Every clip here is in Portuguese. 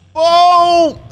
Bom!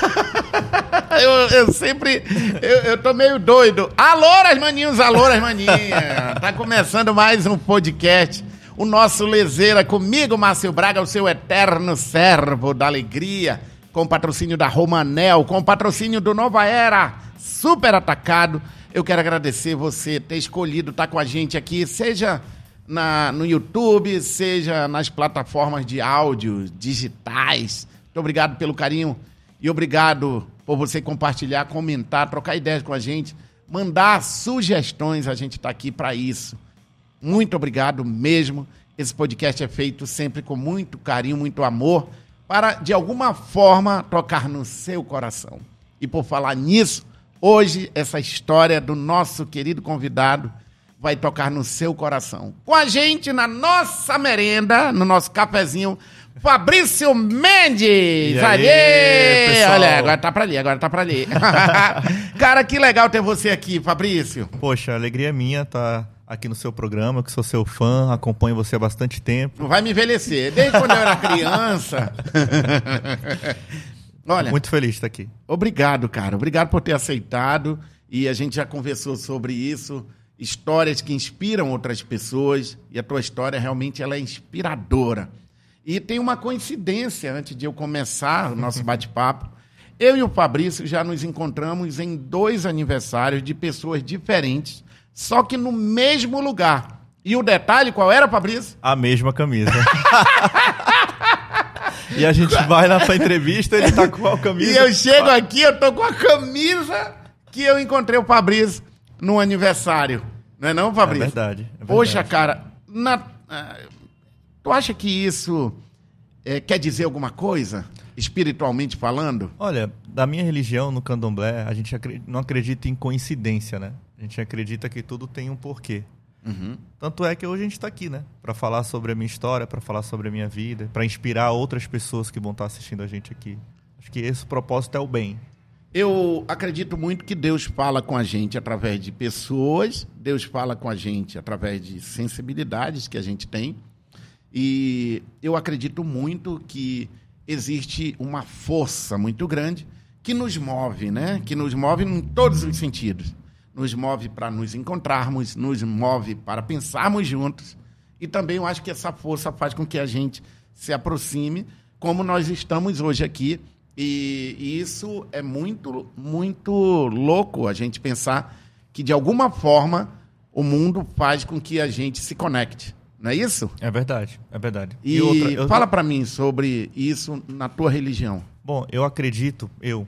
eu tô meio doido. Aloras, maninhos, aloras, maninhas. Tá começando mais um podcast. O nosso Lezeira comigo, Márcio Braga, o seu eterno servo da alegria, com patrocínio da Romanel, com patrocínio do Nova Era Super Atacado. Eu quero agradecer você ter escolhido estar com a gente aqui, seja no YouTube, seja nas plataformas de áudio digitais. Muito obrigado pelo carinho e obrigado por você compartilhar, comentar, trocar ideias com a gente, mandar sugestões, a gente está aqui para isso. Muito obrigado mesmo. Esse podcast é feito sempre com muito carinho, muito amor, para, de alguma forma, tocar no seu coração. E por falar nisso, hoje, essa história do nosso querido convidado vai tocar no seu coração. Com a gente, na nossa merenda, no nosso cafezinho, Fabrício Mendes! Aê! Olha, agora tá pra ali. Cara, que legal ter você aqui, Fabrício. Poxa, a alegria é minha estar aqui no seu programa, que sou seu fã, acompanho você há bastante tempo. Não vai me envelhecer, desde quando eu era criança. Olha, muito feliz de estar aqui. Obrigado, cara. Obrigado por ter aceitado. E a gente já conversou sobre isso. Histórias que inspiram outras pessoas. E a tua história realmente ela é inspiradora. E tem uma coincidência, antes de eu começar o nosso bate-papo. Eu e o Fabrício já nos encontramos em 2 aniversários de pessoas diferentes, só que no mesmo lugar. E o detalhe, qual era, Fabrício? A mesma camisa. E a gente vai lá pra entrevista, ele tá com a camisa. E eu chego aqui, eu tô com a camisa que eu encontrei o Fabrício no aniversário. Não é não, Fabrício? É verdade. Poxa, cara, tu acha que isso quer dizer alguma coisa, espiritualmente falando? Olha, da minha religião, no candomblé, a gente não acredita em coincidência, né? A gente acredita que tudo tem um porquê. Uhum. Tanto é que hoje a gente está aqui, né? Para falar sobre a minha história, para falar sobre a minha vida, para inspirar outras pessoas que vão estar assistindo a gente aqui. Acho que esse propósito é o bem. Eu acredito muito que Deus fala com a gente através de pessoas, Deus fala com a gente através de sensibilidades que a gente tem. E eu acredito muito que existe uma força muito grande que nos move, né? Que nos move em todos os sentidos. Nos move para nos encontrarmos, nos move para pensarmos juntos. E também eu acho que essa força faz com que a gente se aproxime, como nós estamos hoje aqui. E isso é muito, muito louco a gente pensar que, de alguma forma, o mundo faz com que a gente se conecte. Não é isso? É verdade, é verdade. E fala para mim sobre isso na tua religião. Bom, eu acredito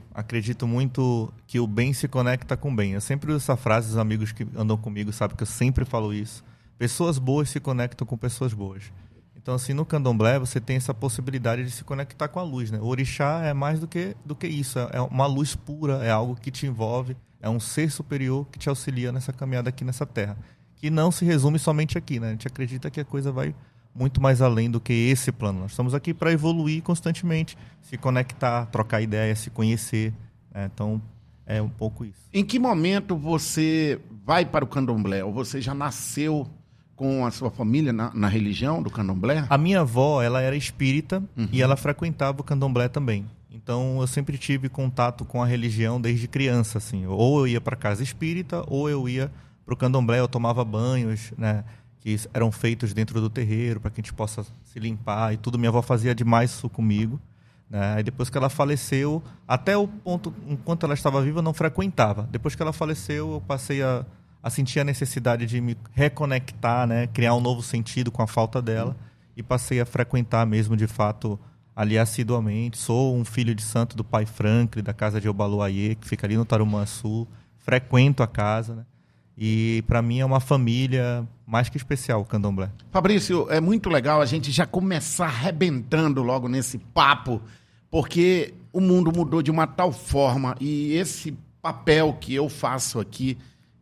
muito que o bem se conecta com o bem. Eu sempre uso essa frase, os amigos que andam comigo sabem que eu sempre falo isso. Pessoas boas se conectam com pessoas boas. Então, assim, no candomblé você tem essa possibilidade de se conectar com a luz, né? O orixá é mais do que isso, é uma luz pura, é algo que te envolve, é um ser superior que te auxilia nessa caminhada aqui nessa terra. Que não se resume somente aqui, né? A gente acredita que a coisa vai muito mais além do que esse plano. Nós estamos aqui para evoluir constantemente, se conectar, trocar ideias, se conhecer. Né? Então, é um pouco isso. Em que momento você vai para o candomblé? Ou você já nasceu com a sua família na religião do candomblé? A minha avó, ela era espírita e ela frequentava o candomblé também. Então, eu sempre tive contato com a religião desde criança, assim. Ou eu ia para casa espírita, ou eu ia para o candomblé, eu tomava banhos, né? Que eram feitos dentro do terreiro, para que a gente possa se limpar e tudo. Minha avó fazia demais isso comigo. Né? Aí depois que ela faleceu, até o ponto, enquanto ela estava viva, eu não frequentava. Depois que ela faleceu, eu passei a sentir a necessidade de me reconectar, né? Criar um novo sentido com a falta dela. E passei a frequentar mesmo, de fato, ali assiduamente. Sou um filho de santo do pai Franklin, da casa de Obaloaiê, que fica ali no Tarumã Sul. Frequento a casa, né? E para mim é uma família mais que especial, o candomblé. Fabrício, é muito legal a gente já começar arrebentando logo nesse papo, porque o mundo mudou de uma tal forma e esse papel que eu faço aqui,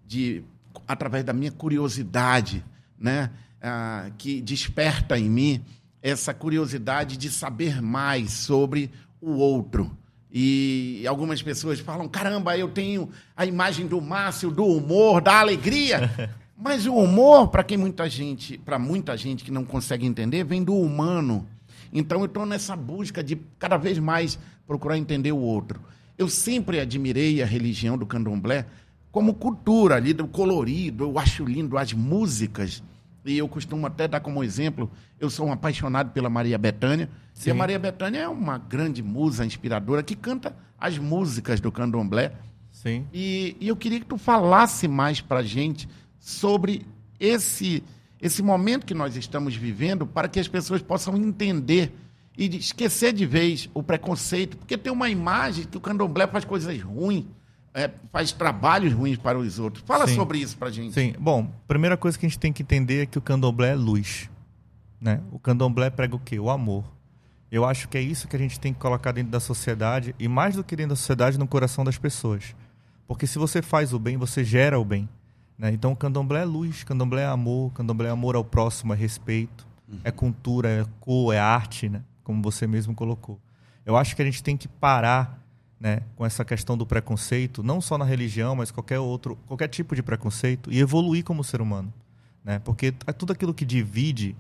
através da minha curiosidade, né, que desperta em mim essa curiosidade de saber mais sobre o outro. E algumas pessoas falam, caramba, eu tenho a imagem do Márcio, do humor, da alegria. Mas o humor, para muita gente que não consegue entender, vem do humano. Então eu estou nessa busca de cada vez mais procurar entender o outro. Eu sempre admirei a religião do candomblé como cultura ali, do colorido, eu acho lindo as músicas, e eu costumo até dar como exemplo, eu sou um apaixonado pela Maria Bethânia, e a Maria Bethânia é uma grande musa inspiradora que canta as músicas do candomblé. Sim. E eu queria que tu falasse mais pra gente sobre esse momento que nós estamos vivendo, para que as pessoas possam entender e esquecer de vez o preconceito, porque tem uma imagem que o candomblé faz coisas ruins, faz trabalhos ruins para os outros. Fala sobre isso pra gente. Sim, bom, primeira coisa que a gente tem que entender é que o candomblé é luz, né? O candomblé prega o quê? O amor. Eu acho que é isso que a gente tem que colocar dentro da sociedade, e mais do que dentro da sociedade, no coração das pessoas. Porque se você faz o bem, você gera o bem, né? Então o candomblé é luz, candomblé é amor ao próximo, é respeito, é cultura, é cor, é arte, né? Como você mesmo colocou. Eu acho que a gente tem que parar, né, com essa questão do preconceito, não só na religião, mas qualquer tipo de preconceito, e evoluir como ser humano, né? Porque tudo aquilo que divide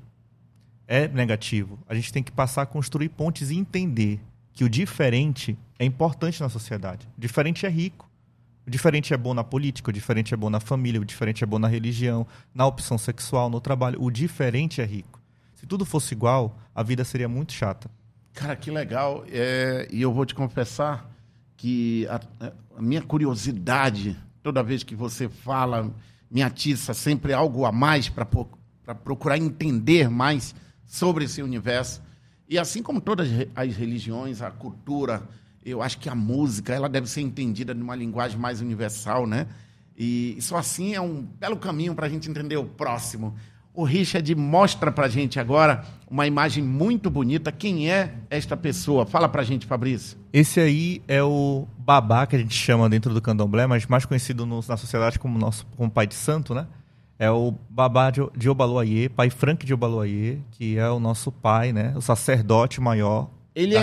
é negativo. A gente tem que passar a construir pontes e entender que o diferente é importante na sociedade. O diferente é rico. O diferente é bom na política, o diferente é bom na família, o diferente é bom na religião, na opção sexual, no trabalho. O diferente é rico. Se tudo fosse igual, a vida seria muito chata. Cara, que legal. E eu vou te confessar que a minha curiosidade, toda vez que você fala, me atiça sempre algo a mais para procurar entender mais sobre esse universo. E assim como todas as religiões, a cultura, eu acho que a música ela deve ser entendida numa linguagem mais universal, né? E só assim é um belo caminho para a gente entender o próximo. O Richard mostra para a gente agora uma imagem muito bonita. Quem é esta pessoa? Fala para a gente, Fabrício. Esse aí é o babá, que a gente chama dentro do candomblé, mas mais conhecido na sociedade como pai de santo, né? É o babá de Obaloaiê, pai Frank de Obaloaiê, que é o nosso pai, né? O sacerdote maior. Ele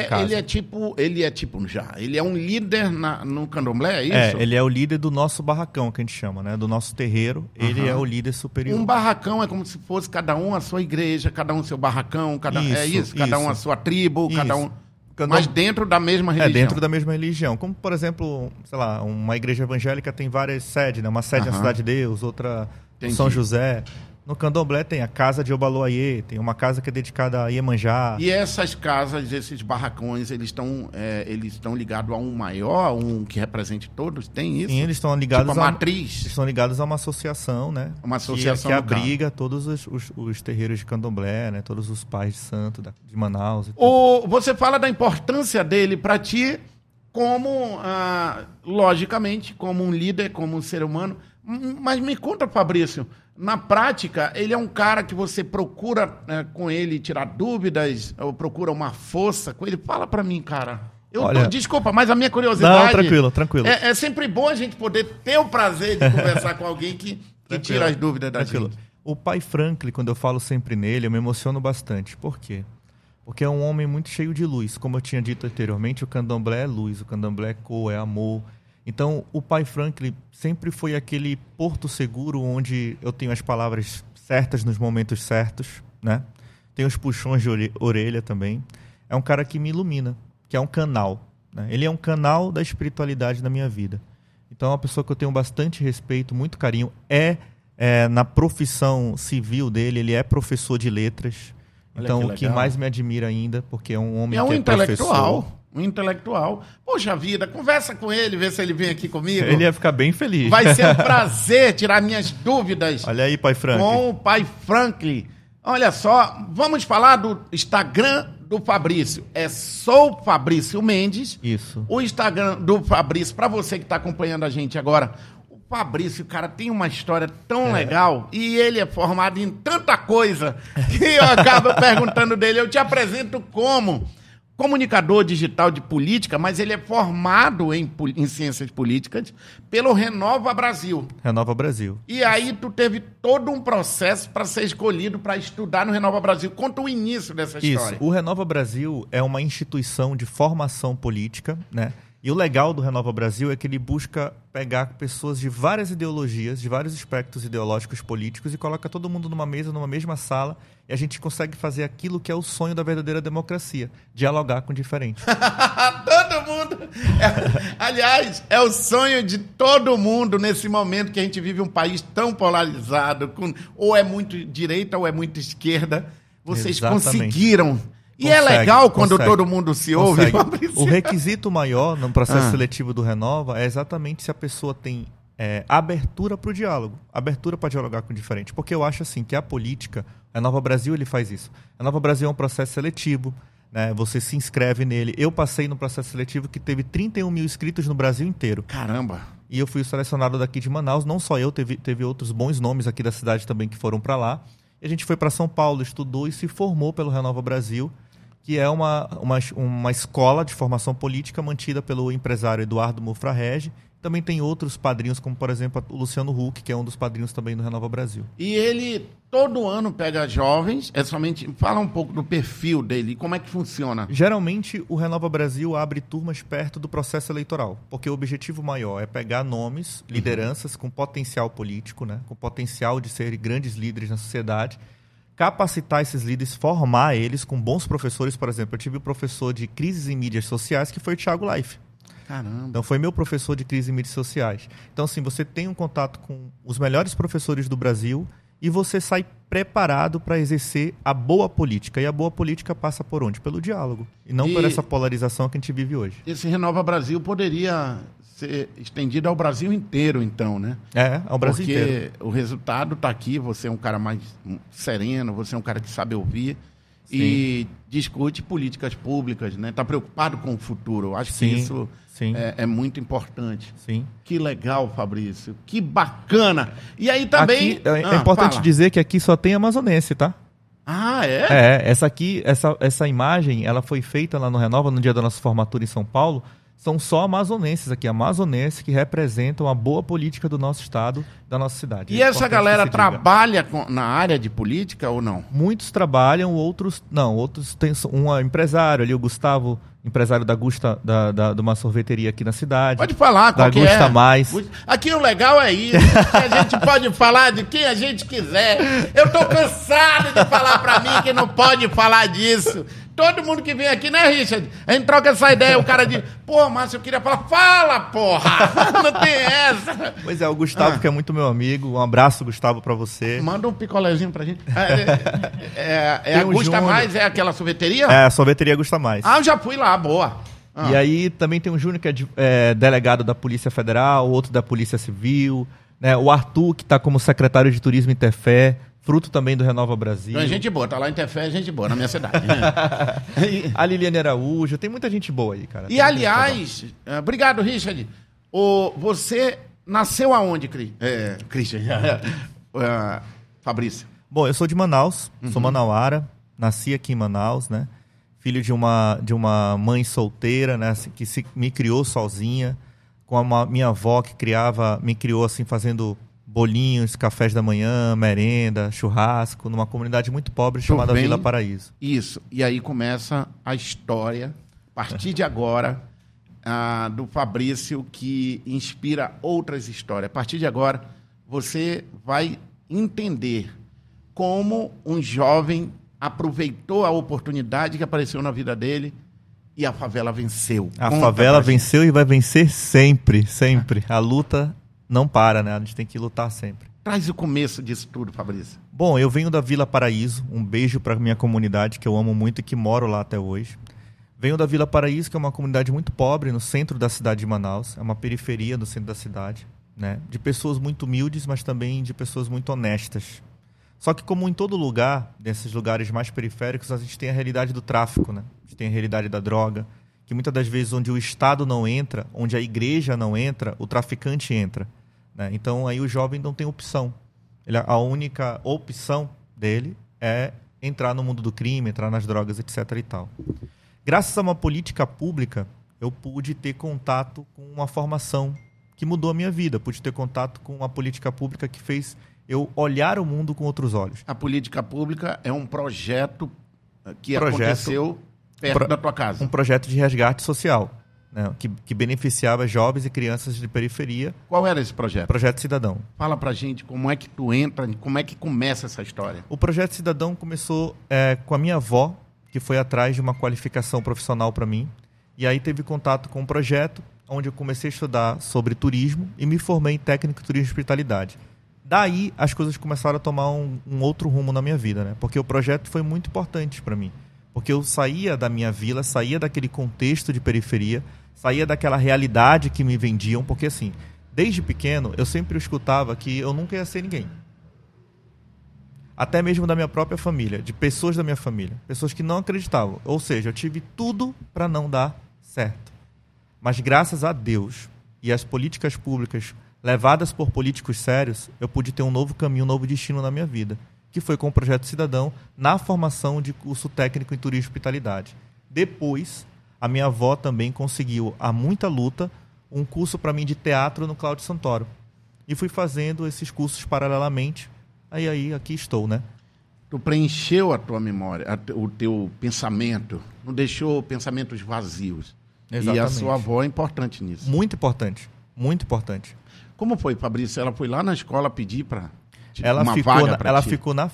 é um líder no candomblé, é isso? Ele é o líder do nosso barracão, que a gente chama, né? Do nosso terreiro, ele é o líder superior. Um barracão é como se fosse cada um a sua igreja, cada um seu barracão, cada um a sua tribo, cada um... Mas dentro da mesma religião. Dentro da mesma religião. Como, por exemplo, sei lá, uma igreja evangélica tem várias sedes, né? Uma sede na Cidade de Deus, outra em São José. No candomblé tem a casa de Obaloaiê, tem uma casa que é dedicada a Iemanjá. E essas casas, esses barracões, eles estão ligados a um maior, um que represente todos? Tem isso? Sim, eles estão ligados a matriz. Eles estão ligados a uma associação, né? Uma associação que abriga todos os terreiros de candomblé, né? Todos os pais de santo de Manaus. Você fala da importância dele para ti como, logicamente, como um líder, como um ser humano. Mas me conta, Fabrício, na prática, ele é um cara que você procura com ele tirar dúvidas, ou procura uma força com ele? Fala pra mim, cara. Desculpa, mas a minha curiosidade... Não, tranquilo. É sempre bom a gente poder ter o prazer de conversar com alguém que tira as dúvidas da gente. O pai Franklin, quando eu falo sempre nele, eu me emociono bastante. Por quê? Porque é um homem muito cheio de luz. Como eu tinha dito anteriormente, o candomblé é luz, o candomblé é cor, é amor. Então, o pai Franklin sempre foi aquele porto seguro onde eu tenho as palavras certas nos momentos certos, né? Tem os puxões de orelha também. É um cara que me ilumina, que é um canal, né? Ele é um canal da espiritualidade na minha vida. Então, é uma pessoa que eu tenho bastante respeito, muito carinho. Na profissão civil dele, ele é professor de letras. Então, o que mais me admira ainda, porque é um homem que é professor. Um intelectual. Poxa vida, conversa com ele, vê se ele vem aqui comigo. Ele ia ficar bem feliz. Vai ser um prazer tirar minhas dúvidas. Olha aí, pai Franklin. Com o pai Franklin. Olha só, vamos falar do Instagram do Fabrício. Sou Fabrício Mendes. Isso. O Instagram do Fabrício, para você que está acompanhando a gente agora, o Fabrício, cara, tem uma história tão legal e ele é formado em tanta coisa que eu acabo perguntando dele. Eu te apresento como comunicador digital de política, mas ele é formado em ciências políticas pelo Renova Brasil. Renova Brasil. E aí tu teve todo um processo para ser escolhido para estudar no Renova Brasil. Conta o início dessa história. Isso. O Renova Brasil é uma instituição de formação política, né, E o legal do Renova Brasil é que ele busca pegar pessoas de várias ideologias, de vários espectros ideológicos políticos e coloca todo mundo numa mesa, numa mesma sala, e a gente consegue fazer aquilo que é o sonho da verdadeira democracia, dialogar com diferentes. Todo mundo! Aliás, é o sonho de todo mundo nesse momento que a gente vive um país tão polarizado, ou é muito direita ou é muito esquerda. Vocês conseguiram... E é legal quando todo mundo se ouve. O requisito maior no processo seletivo do Renova é exatamente se a pessoa tem abertura para o diálogo, abertura para dialogar com o diferente. Porque eu acho assim que a política, a Renova Brasil ele faz isso. A Renova Brasil é um processo seletivo, né? Você se inscreve nele. Eu passei no processo seletivo que teve 31 mil inscritos no Brasil inteiro. Caramba! E eu fui selecionado daqui de Manaus. Não só eu, teve outros bons nomes aqui da cidade também que foram para lá. E a gente foi para São Paulo, estudou e se formou pelo Renova Brasil, que é uma escola de formação política mantida pelo empresário Eduardo Mufrarege. Também tem outros padrinhos, como, por exemplo, o Luciano Huck, que é um dos padrinhos também do Renova Brasil. E ele, todo ano, pega jovens, fala um pouco do perfil dele, como é que funciona? Geralmente, o Renova Brasil abre turmas perto do processo eleitoral, porque o objetivo maior é pegar nomes, lideranças com potencial político, né, com potencial de serem grandes líderes na sociedade, capacitar esses líderes, formar eles com bons professores. Por exemplo, eu tive um professor de crises em mídias sociais que foi o Thiago Life. Caramba. Então, foi meu professor de crise em mídias sociais. Então, assim, você tem um contato com os melhores professores do Brasil e você sai preparado para exercer a boa política. E a boa política passa por onde? Pelo diálogo. E não por essa polarização que a gente vive hoje. Esse Renova Brasil poderia ser estendido ao Brasil inteiro, então, né? Ao Brasil inteiro. Porque o resultado está aqui, você é um cara mais sereno, você é um cara que sabe ouvir. Sim. E discute políticas públicas, né? Está preocupado com o futuro. Eu acho que isso é muito importante. Sim. Que legal, Fabrício. Que bacana. E aí também... Aqui, é importante dizer que aqui só tem amazonense, tá? Ah, é? Essa imagem, ela foi feita lá no Renova, no dia da nossa formatura em São Paulo. São só amazonenses aqui, amazonenses que representam a boa política do nosso estado, da nossa cidade. E essa galera trabalha na área de política ou não? Muitos trabalham, outros não. Outros tem um empresário ali, o Gustavo, empresário da Gusta, de uma sorveteria aqui na cidade. Pode falar qual da que Gusta é. Mais. Aqui o legal é isso, que a gente pode falar de quem a gente quiser. Eu tô cansado de falar pra mim que não pode falar disso. Todo mundo que vem aqui, né, Richard? A gente troca essa ideia, o cara diz, pô, Márcio, eu queria falar, fala, porra! Não tem essa. Pois é, o Gustavo, que é muito meu amigo, um abraço, Gustavo, pra você. Manda um picolézinho pra gente. A Gusta Mais, é aquela sorveteria? É, a sorveteria Gusta Mais. Ah, eu já fui lá, boa. E aí também tem o Júnior, que é delegado da Polícia Federal, outro da Polícia Civil, né? O Arthur, que tá como secretário de Turismo Interfé, fruto também do Renova Brasil. Então, gente boa, tá lá em Interfé, é gente boa, na minha cidade. A Liliane Araújo, tem muita gente boa aí, cara. E aliás, obrigado, Richard. Você nasceu aonde, Christian? Fabrício? Bom, eu sou de Manaus, sou manauara, nasci aqui em Manaus, né? Filho de uma mãe solteira, né? Que me criou sozinha, com a minha avó que me criou assim, fazendo bolinhos, cafés da manhã, merenda, churrasco, numa comunidade muito pobre chamada Vila Paraíso. Isso. E aí começa a história, a partir de agora, do Fabrício, que inspira outras histórias. A partir de agora, você vai entender como um jovem aproveitou a oportunidade que apareceu na vida dele e a favela venceu. A favela venceu e vai vencer sempre, sempre. A luta não para, né? A gente tem que lutar sempre. Traz o começo disso tudo, Fabrício. Bom, eu venho da Vila Paraíso. Um beijo para minha comunidade, que eu amo muito e que moro lá até hoje. Venho da Vila Paraíso, que é uma comunidade muito pobre no centro da cidade de Manaus. É uma periferia do centro da cidade, né? De pessoas muito humildes, mas também de pessoas muito honestas. Só que, como em todo lugar, nesses lugares mais periféricos, a gente tem a realidade do tráfico, né? A gente tem a realidade da droga, que muitas das vezes onde o Estado não entra, onde a igreja não entra, o traficante entra. Então, aí o jovem não tem opção. A única opção dele é entrar no mundo do crime, entrar nas drogas, etc. e tal. Graças a uma política pública, eu pude ter contato com uma formação que mudou a minha vida. Pude ter contato com uma política pública que fez eu olhar o mundo com outros olhos. A política pública é um projeto que aconteceu perto da tua casa. Um projeto de resgate social. né, que beneficiava jovens e crianças de periferia. Qual era esse projeto? Projeto Cidadão. Fala pra gente como é que tu entra, como é que começa essa história. O Projeto Cidadão começou com a minha avó, que foi atrás de uma qualificação profissional para mim. E aí teve contato com um projeto onde eu comecei a estudar sobre turismo e me formei em técnico em turismo e hospitalidade. Daí as coisas começaram a tomar um outro rumo na minha vida, né? Porque o projeto foi muito importante para mim. Porque eu saía da minha vila, saía daquele contexto de periferia, saía daquela realidade que me vendiam. Porque assim, desde pequeno eu sempre escutava que eu nunca ia ser ninguém. Até mesmo da minha própria família, de pessoas da minha família. Pessoas que não acreditavam. Ou seja, eu tive tudo para não dar certo. Mas graças a Deus e as políticas públicas levadas por políticos sérios, eu pude ter um novo caminho, um novo destino na minha vida, que foi com o Projeto Cidadão, na formação de curso técnico em turismo e hospitalidade. Depois, a minha avó também conseguiu, a muita luta, um curso para mim de teatro no Cláudio Santoro. E fui fazendo esses cursos paralelamente. Aí aqui estou, né? Tu preencheu a tua memória, o teu pensamento, não deixou pensamentos vazios. Exatamente. E a sua avó é importante nisso. Muito importante, muito importante. Como foi, Fabrício? Ela foi lá na escola pedir para ela ficou na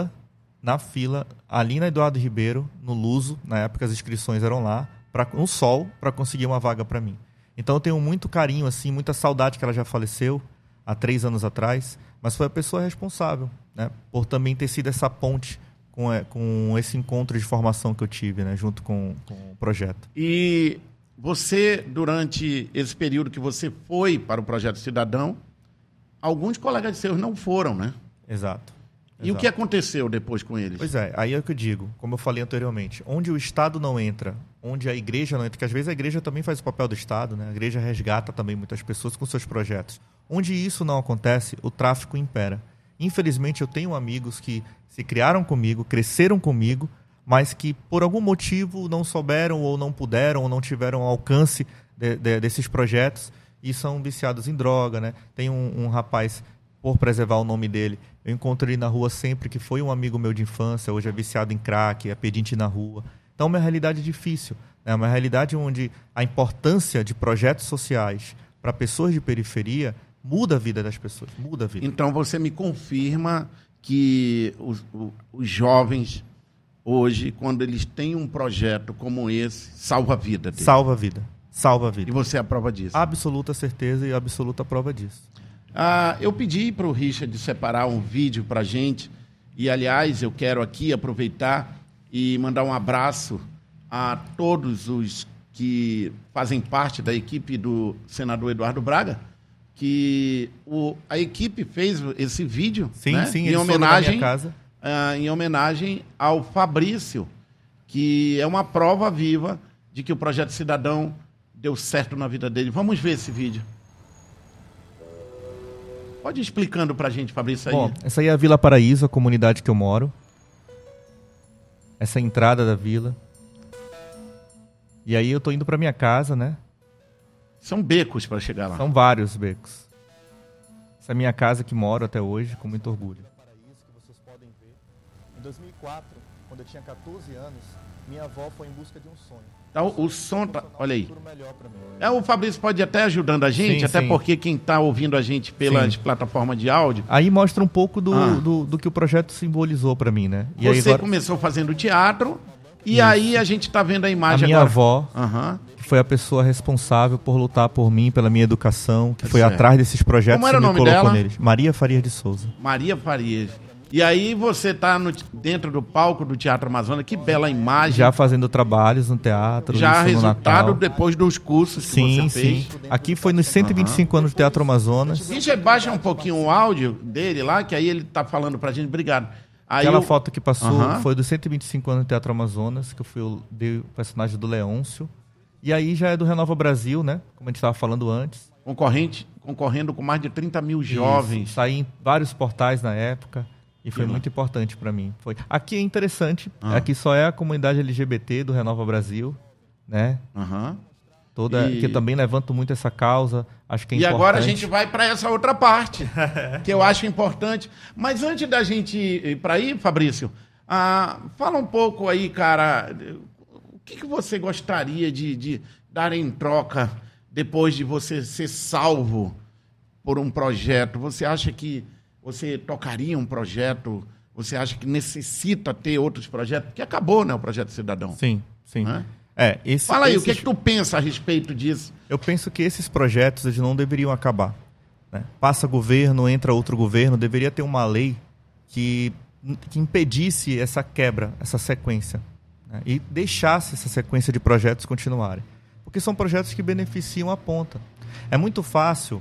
fila, ali na Eduardo Ribeiro, no Luso, na época as inscrições eram lá, no sol, para conseguir uma vaga para mim. Então eu tenho muito carinho, assim, muita saudade que ela já faleceu há 3 anos atrás, mas foi a pessoa responsável, né, por também ter sido essa ponte com esse encontro de formação que eu tive, né, junto com o projeto. E você, durante esse período que você foi para o Projeto Cidadão, alguns colegas seus não foram, né? Exato. E o que aconteceu depois com eles? Pois é, aí é o que eu digo, como eu falei anteriormente, onde o Estado não entra, onde a igreja não entra, porque às vezes a igreja também faz o papel do Estado, né? A igreja resgata também muitas pessoas com seus projetos. Onde isso não acontece, o tráfico impera. Infelizmente, eu tenho amigos que se criaram comigo, cresceram comigo, mas que por algum motivo não souberam ou não puderam ou não tiveram alcance desses projetos e são viciados em droga, né? Tem um rapaz, por preservar o nome dele, eu encontro ele na rua sempre, que foi um amigo meu de infância, hoje é viciado em crack, é pedinte na rua. Então, é uma realidade difícil, é uma realidade onde a importância de projetos sociais para pessoas de periferia muda a vida das pessoas, muda a vida. Então, você me confirma que os jovens, hoje, quando eles têm um projeto como esse, salva a vida deles. Salva a vida, salva a vida. E você é a prova disso? Absoluta certeza e absoluta prova disso. Eu pedi para o Richard separar um vídeo para a gente, e, aliás, eu quero aqui aproveitar e mandar um abraço a todos os que fazem parte da equipe do senador Eduardo Braga, que a equipe fez esse vídeo, sim, né? Sim, em homenagem ao Fabrício, que é uma prova viva de que o Projeto Cidadão deu certo na vida dele. Vamos ver esse vídeo. Pode ir explicando pra gente, Fabrício, aí. Bom, essa aí é a Vila Paraíso, a comunidade que eu moro. Essa é a entrada da vila. E aí eu tô indo pra minha casa, né? São becos para chegar lá. São vários becos. Essa é a minha casa que moro até hoje, com muito orgulho. Paraíso, que vocês podem ver. Em 2004, quando eu tinha 14 anos, minha avó foi em busca de um sonho. Então, o som tá... Olha aí. O Fabrício pode ir até ajudando a gente, até porque quem está ouvindo a gente pelas plataformas de áudio... Aí mostra um pouco do que o projeto simbolizou para mim, né? E você aí agora... começou fazendo teatro, e aí a gente está vendo a imagem agora. A minha avó, que foi a pessoa responsável por lutar por mim, pela minha educação, que foi atrás desses projetos. Como era e o me nome colocou dela? neles. Maria Farias de Souza. Maria Farias. E aí você está dentro do palco do Teatro Amazonas, que bela imagem. Já fazendo trabalhos no teatro, já isso resultado depois dos cursos que você fez. Sim. Aqui foi nos 125 anos do Teatro Amazonas. Deixa, baixa um pouquinho o áudio dele lá, que aí ele está falando pra gente. Obrigado. Aí Aquela foto que passou foi dos 125 anos do Teatro Amazonas, que eu dei o personagem do Leôncio. E aí já é do Renova Brasil, né? Como a gente estava falando antes. Concorrendo com mais de 30 mil jovens. Saí em vários portais na época. E foi muito importante para mim. Aqui é interessante, aqui só é a comunidade LGBT do Renova Brasil, né? Que eu também levanto muito essa causa, acho que é importante. E agora a gente vai para essa outra parte, que eu acho importante. Mas antes da gente ir para aí, Fabrício, fala um pouco aí, cara, que você gostaria de dar em troca depois de você ser salvo por um projeto? Você acha que você tocaria um projeto? Você acha que necessita ter outros projetos? Porque acabou, né, o Projeto Cidadão. Sim, sim. Fala aí, o que é que tu pensa a respeito disso? Eu penso que esses projetos eles não deveriam acabar. Né? Passa governo, entra outro governo, deveria ter uma lei que impedisse essa quebra, essa sequência, né? E deixasse essa sequência de projetos continuarem. Porque são projetos que beneficiam a ponta. É muito fácil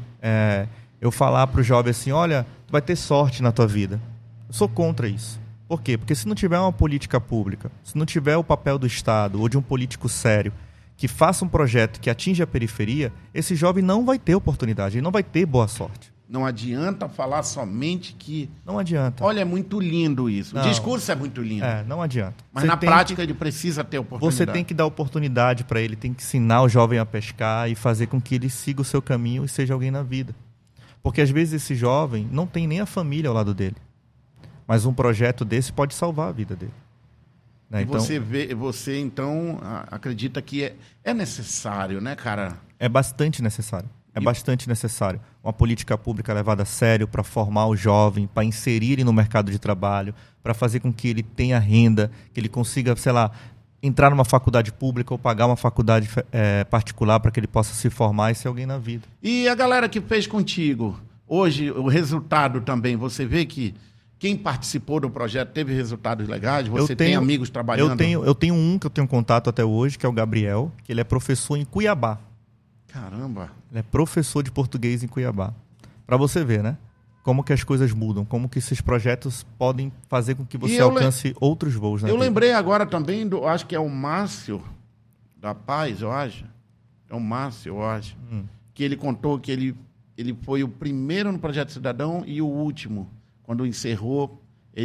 eu falar para o jovem assim, olha, tu vai ter sorte na tua vida. Eu sou contra isso. Por quê? Porque se não tiver uma política pública, se não tiver o papel do Estado ou de um político sério que faça um projeto que atinja a periferia, esse jovem não vai ter oportunidade, ele não vai ter boa sorte. Não adianta falar somente que... Não adianta. Olha, é muito lindo isso. Não. O discurso é muito lindo. Não adianta. Mas na prática ele precisa ter oportunidade. Você tem que dar oportunidade para ele, tem que ensinar o jovem a pescar e fazer com que ele siga o seu caminho e seja alguém na vida. Porque às vezes esse jovem não tem nem a família ao lado dele. Mas um projeto desse pode salvar a vida dele. Né? E então, você então acredita que é necessário, né, cara? É bastante necessário. Bastante necessário. Uma política pública levada a sério para formar o jovem, para inserir ele no mercado de trabalho, para fazer com que ele tenha renda, que ele consiga, sei lá, entrar numa faculdade pública ou pagar uma faculdade particular para que ele possa se formar e ser alguém na vida. E a galera que fez contigo, hoje o resultado também, você vê que quem participou do projeto teve resultados legais? Você tem amigos trabalhando? Eu tenho um que eu tenho contato até hoje, que é o Gabriel, que ele é professor em Cuiabá. Caramba! Ele é professor de português em Cuiabá. Para você ver, né? Como que as coisas mudam, como que esses projetos podem fazer com que você alcance outros voos na vida. Eu lembrei agora também acho que é o Márcio da Paz, eu acho. É o Márcio, eu acho. Que ele contou que ele foi o primeiro no Projeto Cidadão e o último. Quando encerrou,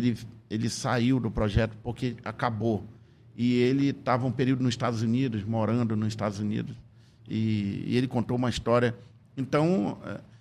ele saiu do projeto porque acabou. E ele estava um período nos Estados Unidos, morando nos Estados Unidos. E ele contou uma história. Então,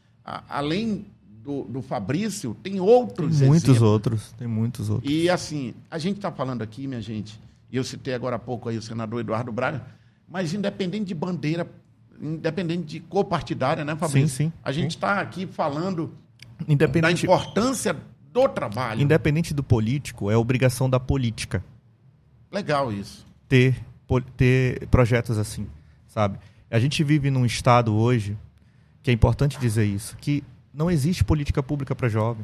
além do Fabrício, tem outros exemplos. Tem muitos outros. E, assim, a gente está falando aqui, minha gente, e eu citei agora há pouco aí o senador Eduardo Braga, mas independente de bandeira, independente de cor partidária, né, Fabrício? Sim. A gente está aqui falando da importância do trabalho. Independente do político, é obrigação da política. Legal isso. Ter projetos assim, sabe? A gente vive num estado hoje, que é importante dizer isso, que não existe política pública para jovem.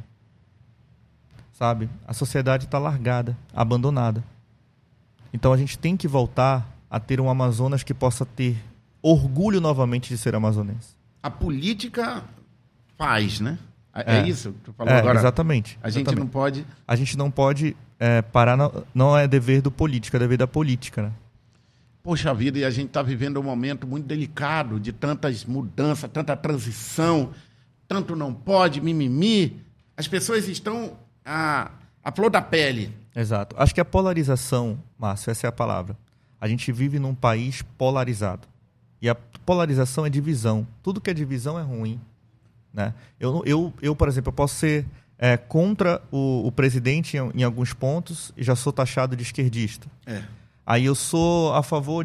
Sabe? A sociedade está largada, abandonada. Então a gente tem que voltar a ter um Amazonas que possa ter orgulho novamente de ser amazonense. A política faz, né? É isso que tu falou agora? Exatamente. A gente não pode... A gente não pode parar... Não é dever do político, é dever da política, né? Poxa vida, e a gente está vivendo um momento muito delicado, de tantas mudanças, tanta transição, tanto não pode, mimimi. As pessoas estão à flor da pele. Exato. Acho que a polarização, Márcio, essa é a palavra. A gente vive num país polarizado. E a polarização é divisão. Tudo que é divisão é ruim. Né? Eu, por exemplo, eu posso ser contra o presidente em alguns pontos e já sou taxado de esquerdista. Aí eu sou a favor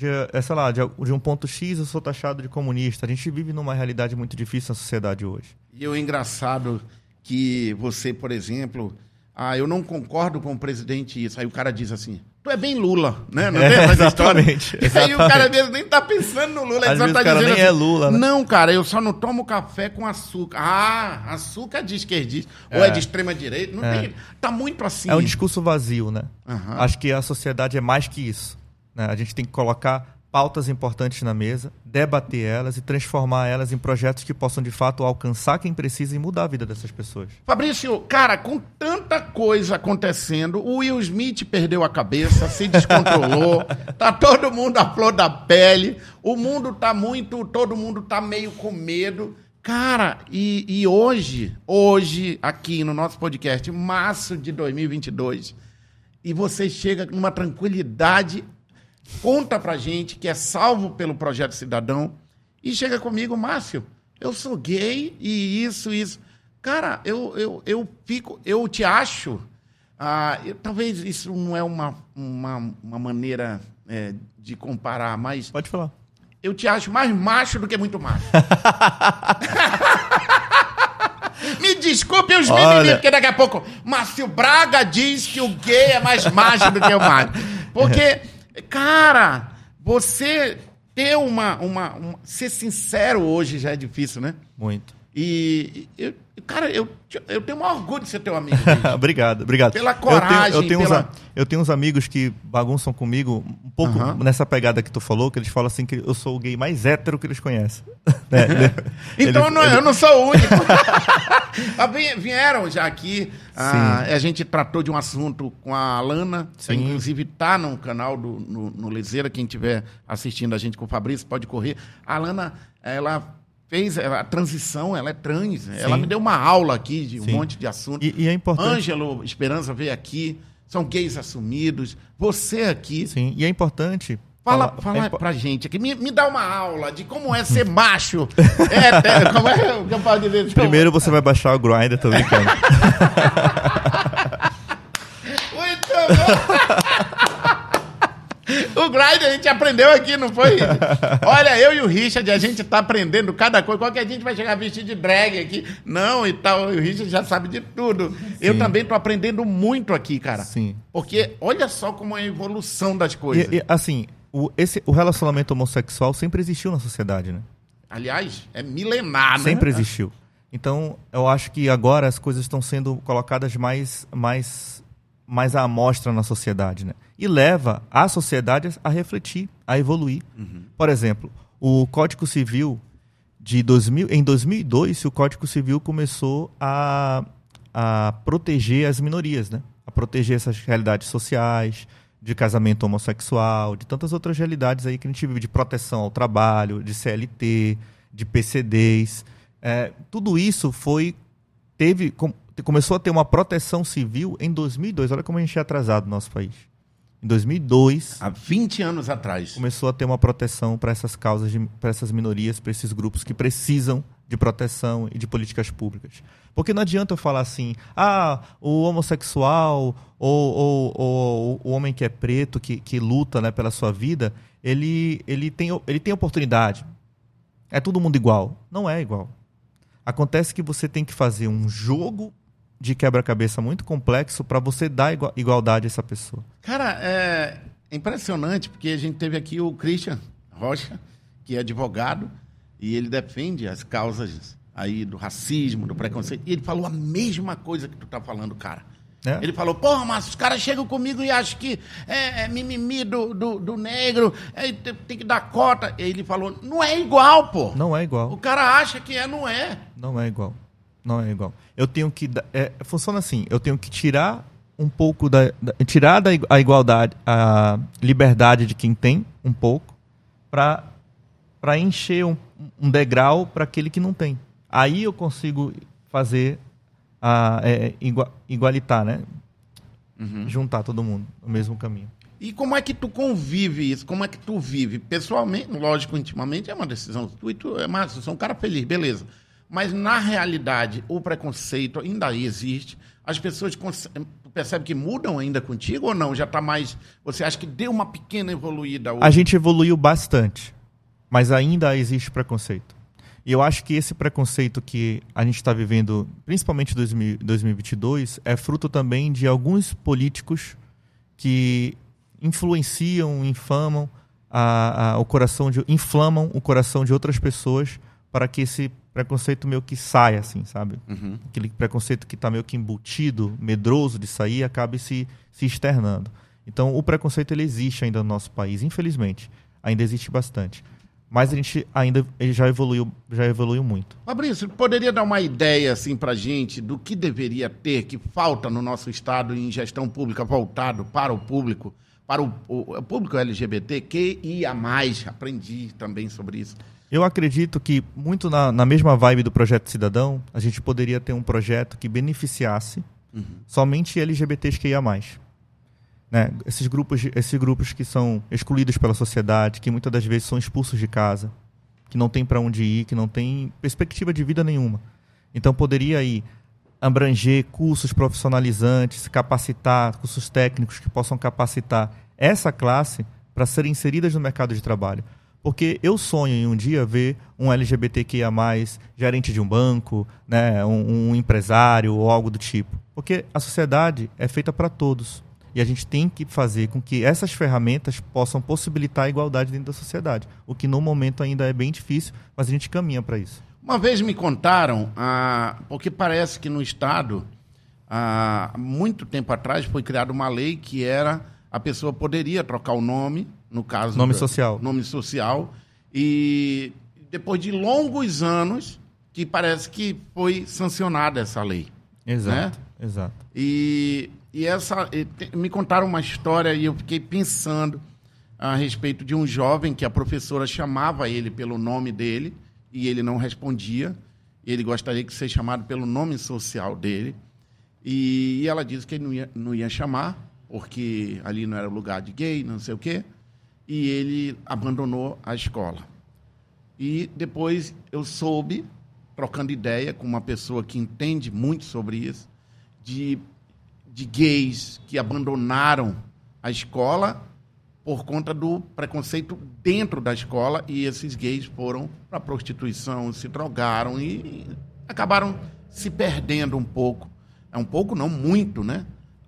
de um ponto X, eu sou taxado de comunista. A gente vive numa realidade muito difícil na sociedade hoje. E o engraçado que você, por exemplo, eu não concordo com o presidente isso. Aí o cara diz assim, tu é bem Lula, né? Não tem mais história? E aí o cara mesmo nem tá pensando no Lula. Às vezes o cara nem assim, é Lula, né? Não, cara, eu só não tomo café com açúcar. Açúcar de esquerdista. Ou é de extrema direita. Não tem, tá muito assim. É um discurso vazio, né? Uhum. Acho que a sociedade é mais que isso. Né? A gente tem que colocar pautas importantes na mesa, debater elas e transformar elas em projetos que possam, de fato, alcançar quem precisa e mudar a vida dessas pessoas. Fabrício, cara, com tanta coisa acontecendo, o Will Smith perdeu a cabeça, se descontrolou, tá todo mundo à flor da pele, o mundo tá todo mundo tá meio com medo. Cara, e hoje, aqui no nosso podcast, março de 2022, e você chega numa tranquilidade. Conta pra gente que é salvo pelo Projeto Cidadão e chega comigo, Márcio, eu sou gay e isso. Cara, eu te acho Talvez isso não é uma maneira de comparar, mas... Pode falar. Eu te acho mais macho do que muito macho. Me desculpe os meninos, porque daqui a pouco Márcio Braga diz que o gay é mais macho do que o macho. Porque, cara, você ter ser sincero hoje já é difícil, né? Muito. E, cara, eu tenho o maior orgulho de ser teu amigo. Obrigado. Pela coragem. Eu tenho uns amigos que bagunçam comigo um pouco nessa pegada que tu falou, que eles falam assim que eu sou o gay mais hétero que eles conhecem. Então eu não sou o único. Vieram já aqui, a gente tratou de um assunto com a Alana, inclusive tá no canal no Lezeira, quem estiver assistindo a gente com o Fabrício pode correr. A Alana, ela fez a transição, ela é trans. Sim. Ela me deu uma aula aqui de um monte de assuntos. E é importante. Ângelo Esperança veio aqui, são gays assumidos. Você aqui. Sim, e é importante. Fala pra gente aqui, me dá uma aula de como é ser macho. Como é o que eu posso dizer? Primeiro você vai baixar o Grindr, tô brincando. Muito bom! O Grindr a gente aprendeu aqui, não foi? Olha, eu e o Richard, a gente tá aprendendo cada coisa. Qualquer gente vai chegar vestido de drag aqui. Não, e tal. E o Richard já sabe de tudo. Sim. Eu também tô aprendendo muito aqui, cara. Sim. Porque olha só como é a evolução das coisas. E assim, o relacionamento homossexual sempre existiu na sociedade, né? Aliás, é milenar, né? Sempre existiu. Então, eu acho que agora as coisas estão sendo colocadas mais à amostra na sociedade, né? E leva a sociedade a refletir, a evoluir. Por exemplo, o Código Civil em 2002, o Código Civil começou a proteger as minorias, né? A proteger essas realidades sociais, de casamento homossexual, de tantas outras realidades aí que a gente vive, de proteção ao trabalho, de CLT, de PCDs. Tudo isso começou a ter uma proteção civil em 2002. Olha como a gente é atrasado no nosso país. Em 2002... Há 20 anos atrás. Começou a ter uma proteção para essas causas, para essas minorias, para esses grupos que precisam de proteção e de políticas públicas. Porque não adianta eu falar assim, o homossexual ou o homem que é preto, que luta, né, pela sua vida, ele tem oportunidade. É todo mundo igual. Não é igual. Acontece que você tem que fazer um jogo de quebra-cabeça muito complexo para você dar igualdade a essa pessoa. Cara, é impressionante, porque a gente teve aqui o Christian Rocha, que é advogado, e ele defende as causas aí do racismo, do preconceito, e ele falou a mesma coisa que tu tá falando, cara. Ele falou, porra, mas os caras chegam comigo e acham que é mimimi do negro, tem que dar cota. E ele falou, não é igual, pô. Não é igual. O cara acha que não é. Não é igual. Não é igual. Eu tenho que... funciona assim, eu tenho que tirar um pouco tirar a igualdade, a liberdade de quem tem, um pouco, para encher um degrau para aquele que não tem. Aí eu consigo fazer... igualitar, né? Juntar todo mundo no mesmo caminho. E como é que tu convive isso? Como é que tu vive? Pessoalmente, lógico, intimamente, é uma decisão. Tu é massa, sou um cara feliz, beleza. Mas, na realidade, o preconceito ainda existe. As pessoas, tu percebe que mudam ainda contigo ou não? Já está mais... Você acha que deu uma pequena evoluída hoje? A gente evoluiu bastante, mas ainda existe preconceito. E eu acho que esse preconceito que a gente está vivendo, principalmente em 2022, é fruto também de alguns políticos que influenciam, inflamam o coração de outras pessoas para que esse preconceito meio que saia, assim, sabe? Aquele preconceito que está meio que embutido, medroso de sair, acabe se externando. Então, o preconceito ele existe ainda no nosso país, infelizmente. Ainda existe bastante. Mas a gente ainda já evoluiu muito. Fabrício, poderia dar uma ideia assim, para a gente do que deveria ter, que falta no nosso Estado em gestão pública voltado para o público, para o público LGBT, que ia mais? Aprendi também sobre isso. Eu acredito que, muito na mesma vibe do Projeto Cidadão, a gente poderia ter um projeto que beneficiasse somente LGBTs que ia mais. Né? Esses grupos que são excluídos pela sociedade, que muitas das vezes são expulsos de casa, que não tem para onde ir, que não tem perspectiva de vida nenhuma. Então poderia ir abranger cursos profissionalizantes, capacitar, cursos técnicos que possam capacitar essa classe para serem inseridas no mercado de trabalho. Porque eu sonho em um dia ver um LGBTQIA+, gerente de um banco, né, um empresário ou algo do tipo. Porque a sociedade é feita para todos. E a gente tem que fazer com que essas ferramentas possam possibilitar a igualdade dentro da sociedade. O que no momento ainda é bem difícil, mas a gente caminha para isso. Uma vez me contaram, porque parece que no Estado, há muito tempo atrás, foi criada uma lei que era a pessoa poderia trocar o nome, no caso... Nome social. Nome social. E depois de longos anos, que parece que foi sancionada essa lei. Exato, né? Exato. E me contaram uma história e eu fiquei pensando a respeito de um jovem que a professora chamava ele pelo nome dele e ele não respondia. Ele gostaria de ser chamado pelo nome social dele. E ela disse que ele não ia chamar, porque ali não era lugar de gay, não sei o quê. E ele abandonou a escola. E depois eu soube, trocando ideia com uma pessoa que entende muito sobre isso, de gays que abandonaram a escola por conta do preconceito dentro da escola, e esses gays foram para a prostituição, se drogaram e acabaram se perdendo um pouco. Um pouco, não muito, né?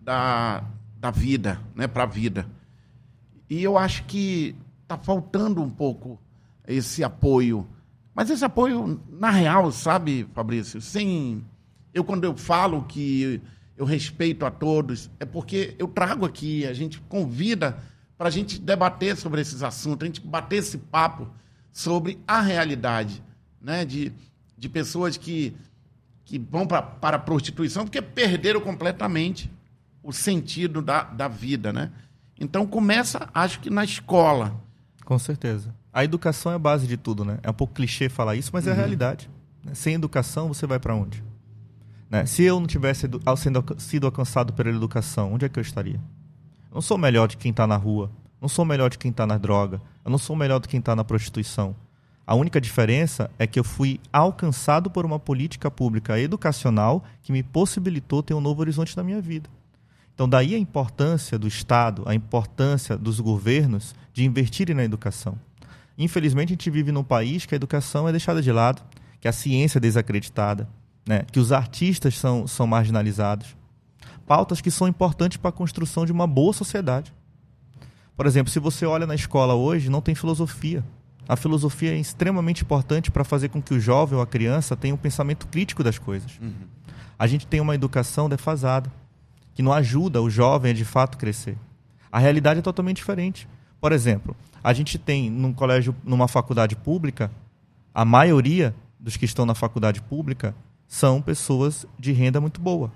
Da vida, né? Para a vida. E eu acho que está faltando um pouco esse apoio. Mas esse apoio, na real, sabe, Fabrício, quando eu falo que eu respeito a todos, é porque eu trago aqui, a gente convida para a gente debater sobre esses assuntos, a gente bater esse papo sobre a realidade, né, de pessoas que vão para a prostituição porque perderam completamente o sentido da vida, né? Então começa, acho que na escola. Com certeza. A educação é a base de tudo, né? É um pouco clichê falar isso, mas é a realidade. Sem educação, você vai para onde? Né? Se eu não tivesse sido alcançado pela educação, onde é que eu estaria? Eu não sou melhor de quem está na rua, não sou melhor de quem está na droga, eu não sou melhor de quem está na prostituição. A única diferença é que eu fui alcançado por uma política pública educacional que me possibilitou ter um novo horizonte na minha vida. Então, daí a importância do Estado, a importância dos governos de investirem na educação. Infelizmente, a gente vive num país que a educação é deixada de lado, que a ciência é desacreditada, né? Que os artistas são marginalizados. Pautas que são importantes para a construção de uma boa sociedade. Por exemplo, se você olha na escola hoje, não tem filosofia. A filosofia é extremamente importante para fazer com que o jovem ou a criança tenha um pensamento crítico das coisas. A gente tem uma educação defasada, que não ajuda o jovem a de fato crescer. A realidade é totalmente diferente. Por exemplo, a gente tem numa faculdade pública, a maioria dos que estão na faculdade pública são pessoas de renda muito boa.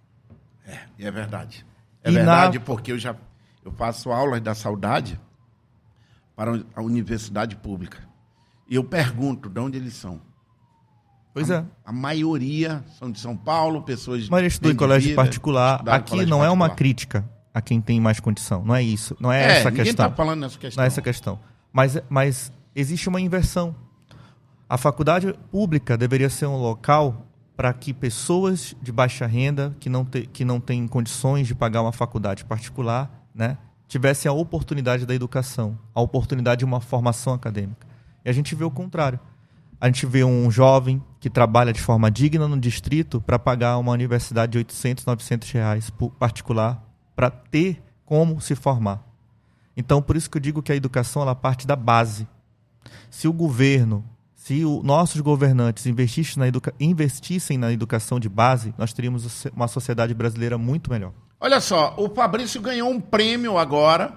É verdade. É verdade, porque eu faço aulas da saudade para a universidade pública. E eu pergunto de onde eles são. Pois é. A maioria são de São Paulo, pessoas... Mas estudam em colégio particular. Aqui não é uma crítica a quem tem mais condição. Não é isso. Não é essa a questão. Ninguém está falando nessa questão. Não é essa questão. Mas existe uma inversão. A faculdade pública deveria ser um local para que pessoas de baixa renda, que não têm condições de pagar uma faculdade particular, né, tivessem a oportunidade da educação, a oportunidade de uma formação acadêmica. E a gente vê o contrário. A gente vê um jovem que trabalha de forma digna no distrito para pagar uma universidade de 800, 900 reais particular para ter como se formar. Então, por isso que eu digo que a educação ela parte da base. Se o governo, se nossos governantes investissem na educação de base, nós teríamos uma sociedade brasileira muito melhor. Olha só, o Fabrício ganhou um prêmio agora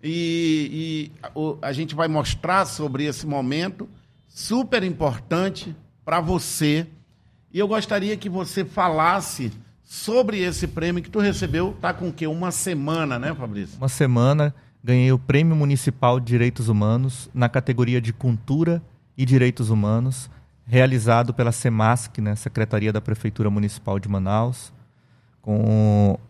e a gente vai mostrar sobre esse momento super importante para você. E eu gostaria que você falasse sobre esse prêmio que tu recebeu. Tá com o quê? Uma semana, né, Fabrício? Uma semana. Ganhei o Prêmio Municipal de Direitos Humanos na categoria de Cultura e Direitos Humanos, realizado pela SEMASC, né, Secretaria da Prefeitura Municipal de Manaus, com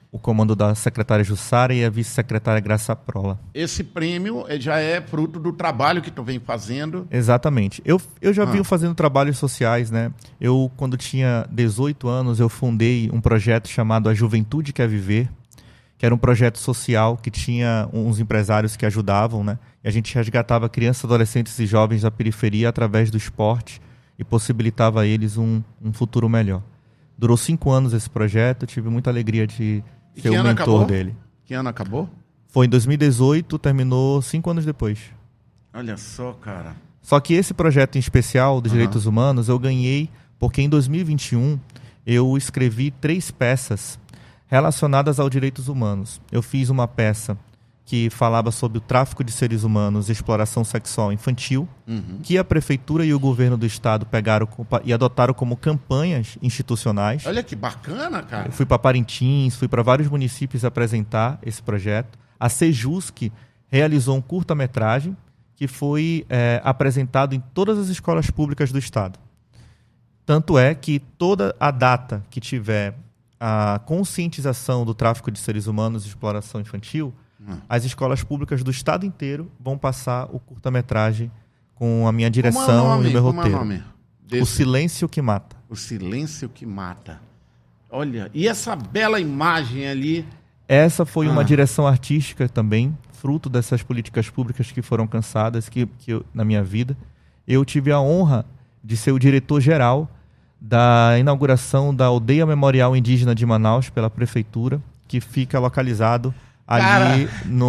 o comando da secretária Jussara e a vice-secretária Graça Prola. Esse prêmio já é fruto do trabalho que tu vem fazendo. Exatamente. Eu já venho fazendo trabalhos sociais, né? Eu, quando tinha 18 anos, eu fundei um projeto chamado A Juventude Quer Viver, que era um projeto social que tinha uns empresários que ajudavam, né? E a gente resgatava crianças, adolescentes e jovens da periferia através do esporte e possibilitava a eles um futuro melhor. Durou 5 anos esse projeto, eu tive muita alegria de ser o mentor dele. Que ano acabou? Foi em 2018, terminou 5 anos depois. Olha só, cara. Só que esse projeto em especial dos direitos humanos eu ganhei porque em 2021 eu escrevi 3 peças relacionadas aos direitos humanos. Eu fiz uma peça que falava sobre o tráfico de seres humanos e exploração sexual infantil, que a prefeitura e o governo do estado pegaram e adotaram como campanhas institucionais. Olha que bacana, cara. Eu fui para Parintins, fui para vários municípios apresentar esse projeto. A Sejusc realizou um curta-metragem que foi apresentado em todas as escolas públicas do estado. Tanto é que toda a data que tiver a conscientização do tráfico de seres humanos e exploração infantil, as escolas públicas do estado inteiro vão passar o curta-metragem com a minha direção e o meu roteiro. O Silêncio que Mata. O Silêncio que Mata. Olha, e essa bela imagem ali... Essa foi uma direção artística também, fruto dessas políticas públicas que foram cansadas na minha vida. Eu tive a honra de ser o diretor-geral da inauguração da Aldeia Memorial Indígena de Manaus pela prefeitura, que fica localizado ali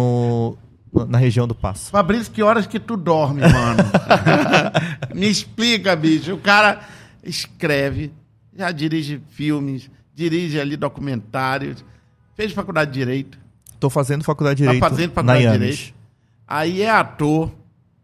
na região do Passo. Fabrício, que horas que tu dorme, mano? Me explica, bicho. O cara escreve, já dirige filmes, dirige ali documentários, fez faculdade de Direito. Estou fazendo faculdade de Direito. Tá fazendo faculdade de Direito. Aí é ator.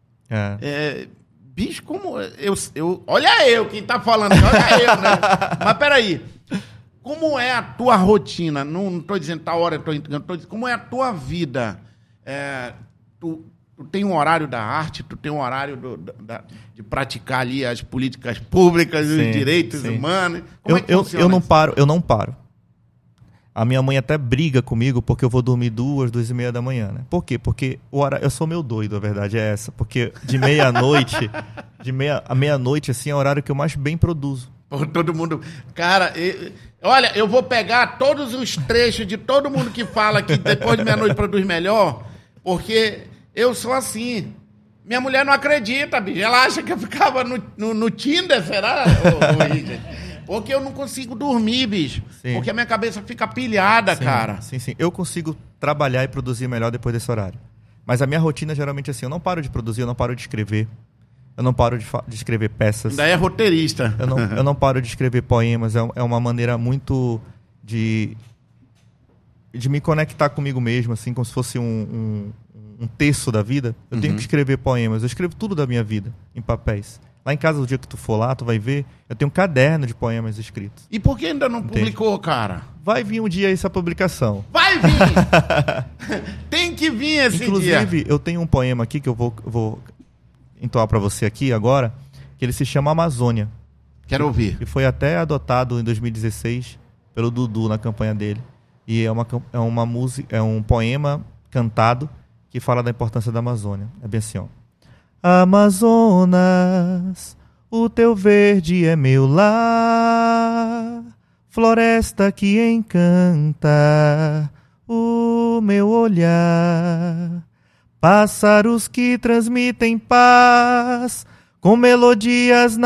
Bicho, como... olha eu, quem tá falando, olha eu, né? Mas peraí. Como é a tua rotina? Não estou dizendo tal hora, como é a tua vida? Tu tem um horário da arte, tu tem um horário de praticar ali as políticas públicas, os direitos humanos. Como é que funciona? Eu não paro. A minha mãe até briga comigo porque eu vou dormir 2h30 da manhã, né? Por quê? Porque eu sou meio doido, a verdade é essa. Porque de meia-noite, a meia-noite, assim, é o horário que eu mais bem produzo. Todo mundo... Cara, olha, eu vou pegar todos os trechos de todo mundo que fala que depois de meia-noite produz melhor, porque eu sou assim. Minha mulher não acredita, bicho. Ela acha que eu ficava no Tinder, será? Porque eu não consigo dormir, bicho. Sim. Porque a minha cabeça fica pilhada, cara. Sim. Eu consigo trabalhar e produzir melhor depois desse horário. Mas a minha rotina geralmente é assim, eu não paro de produzir, eu não paro de escrever. Eu não paro de escrever peças. Daí é roteirista. Eu não paro de escrever poemas. É uma maneira muito de me conectar comigo mesmo, assim, como se fosse um terço da vida. Eu tenho que escrever poemas. Eu escrevo tudo da minha vida em papéis. Lá em casa, o dia que tu for lá, tu vai ver, eu tenho um caderno de poemas escritos. E por que ainda não publicou, cara? Vai vir um dia essa publicação. Vai vir! Tem que vir esse dia. Inclusive, eu tenho um poema aqui que eu vou entoar para você aqui agora, que ele se chama Amazônia. Quero ouvir. E foi até adotado em 2016 pelo Dudu na campanha dele. E é uma música, é um poema cantado que fala da importância da Amazônia. É bem assim, ó. Amazonas, o teu verde é meu lar, floresta que encanta o meu olhar, pássaros que transmitem paz com melodias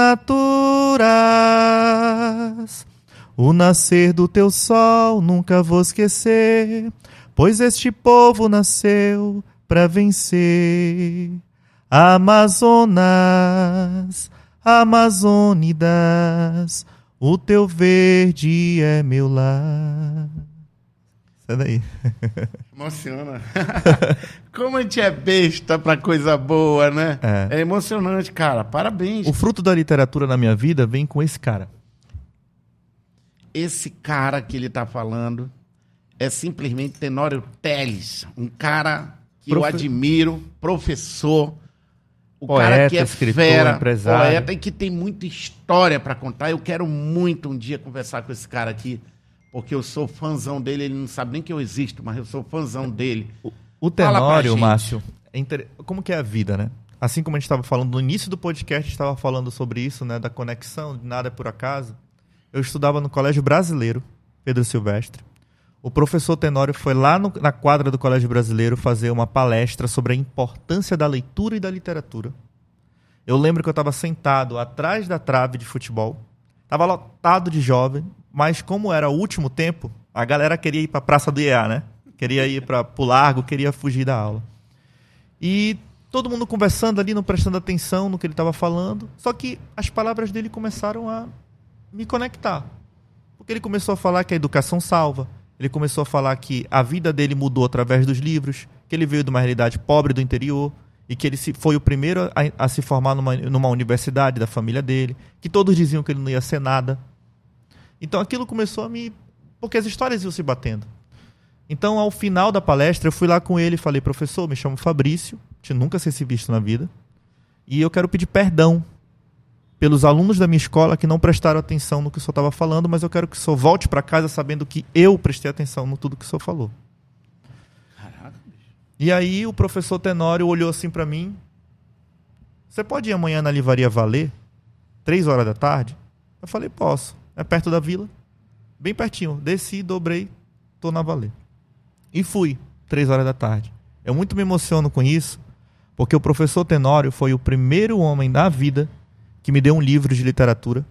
naturais. O nascer do teu sol nunca vou esquecer, pois este povo nasceu para vencer. Amazonas, Amazônidas, o teu verde é meu lar. Sai daí. Emociona. Como a gente é besta pra coisa boa, né? É emocionante, cara. Parabéns. O fruto da literatura na minha vida vem com esse cara. Esse cara que ele tá falando é simplesmente Tenório Teles, um cara que eu admiro, professor, o poeta, cara que é escritor, fera, empresário, poeta e que tem muita história para contar. Eu quero muito um dia conversar com esse cara aqui, porque eu sou fãzão dele, ele não sabe nem que eu existo, mas eu sou fãzão dele. O Tenório, Márcio, como que é a vida, né? Assim como a gente estava falando no início do podcast, a gente estava falando sobre isso, né, da conexão, de nada é por acaso. Eu estudava no Colégio Brasileiro, Pedro Silvestre. O professor Tenório foi lá na quadra do Colégio Brasileiro fazer uma palestra sobre a importância da leitura e da literatura. Eu lembro que eu estava sentado atrás da trave de futebol, estava lotado de jovem, mas como era o último tempo, a galera queria ir para a Praça do IEA, né? Queria ir para o Largo, queria fugir da aula. E todo mundo conversando ali, não prestando atenção no que ele estava falando, só que as palavras dele começaram a me conectar. Porque ele começou a falar que a educação salva, ele começou a falar que a vida dele mudou através dos livros, que ele veio de uma realidade pobre do interior, e que ele foi o primeiro a se formar numa universidade da família dele, que todos diziam que ele não ia ser nada. Então aquilo começou a me... Porque as histórias iam se batendo. Então, ao final da palestra, eu fui lá com ele e falei, professor, me chamo Fabrício, tinha nunca se visto na vida, e eu quero pedir perdão pelos alunos da minha escola que não prestaram atenção no que o senhor estava falando, mas eu quero que o senhor volte para casa sabendo que eu prestei atenção no tudo que o senhor falou. Caraca, bicho. E aí o professor Tenório olhou assim para mim, você pode ir amanhã na Livraria Valer, 3h da tarde? Eu falei, posso. É perto da vila, bem pertinho. Desci, dobrei, tô na Valer. E fui, 3h da tarde. Eu muito me emociono com isso, porque o professor Tenório foi o primeiro homem da vida que me deu um livro de literatura.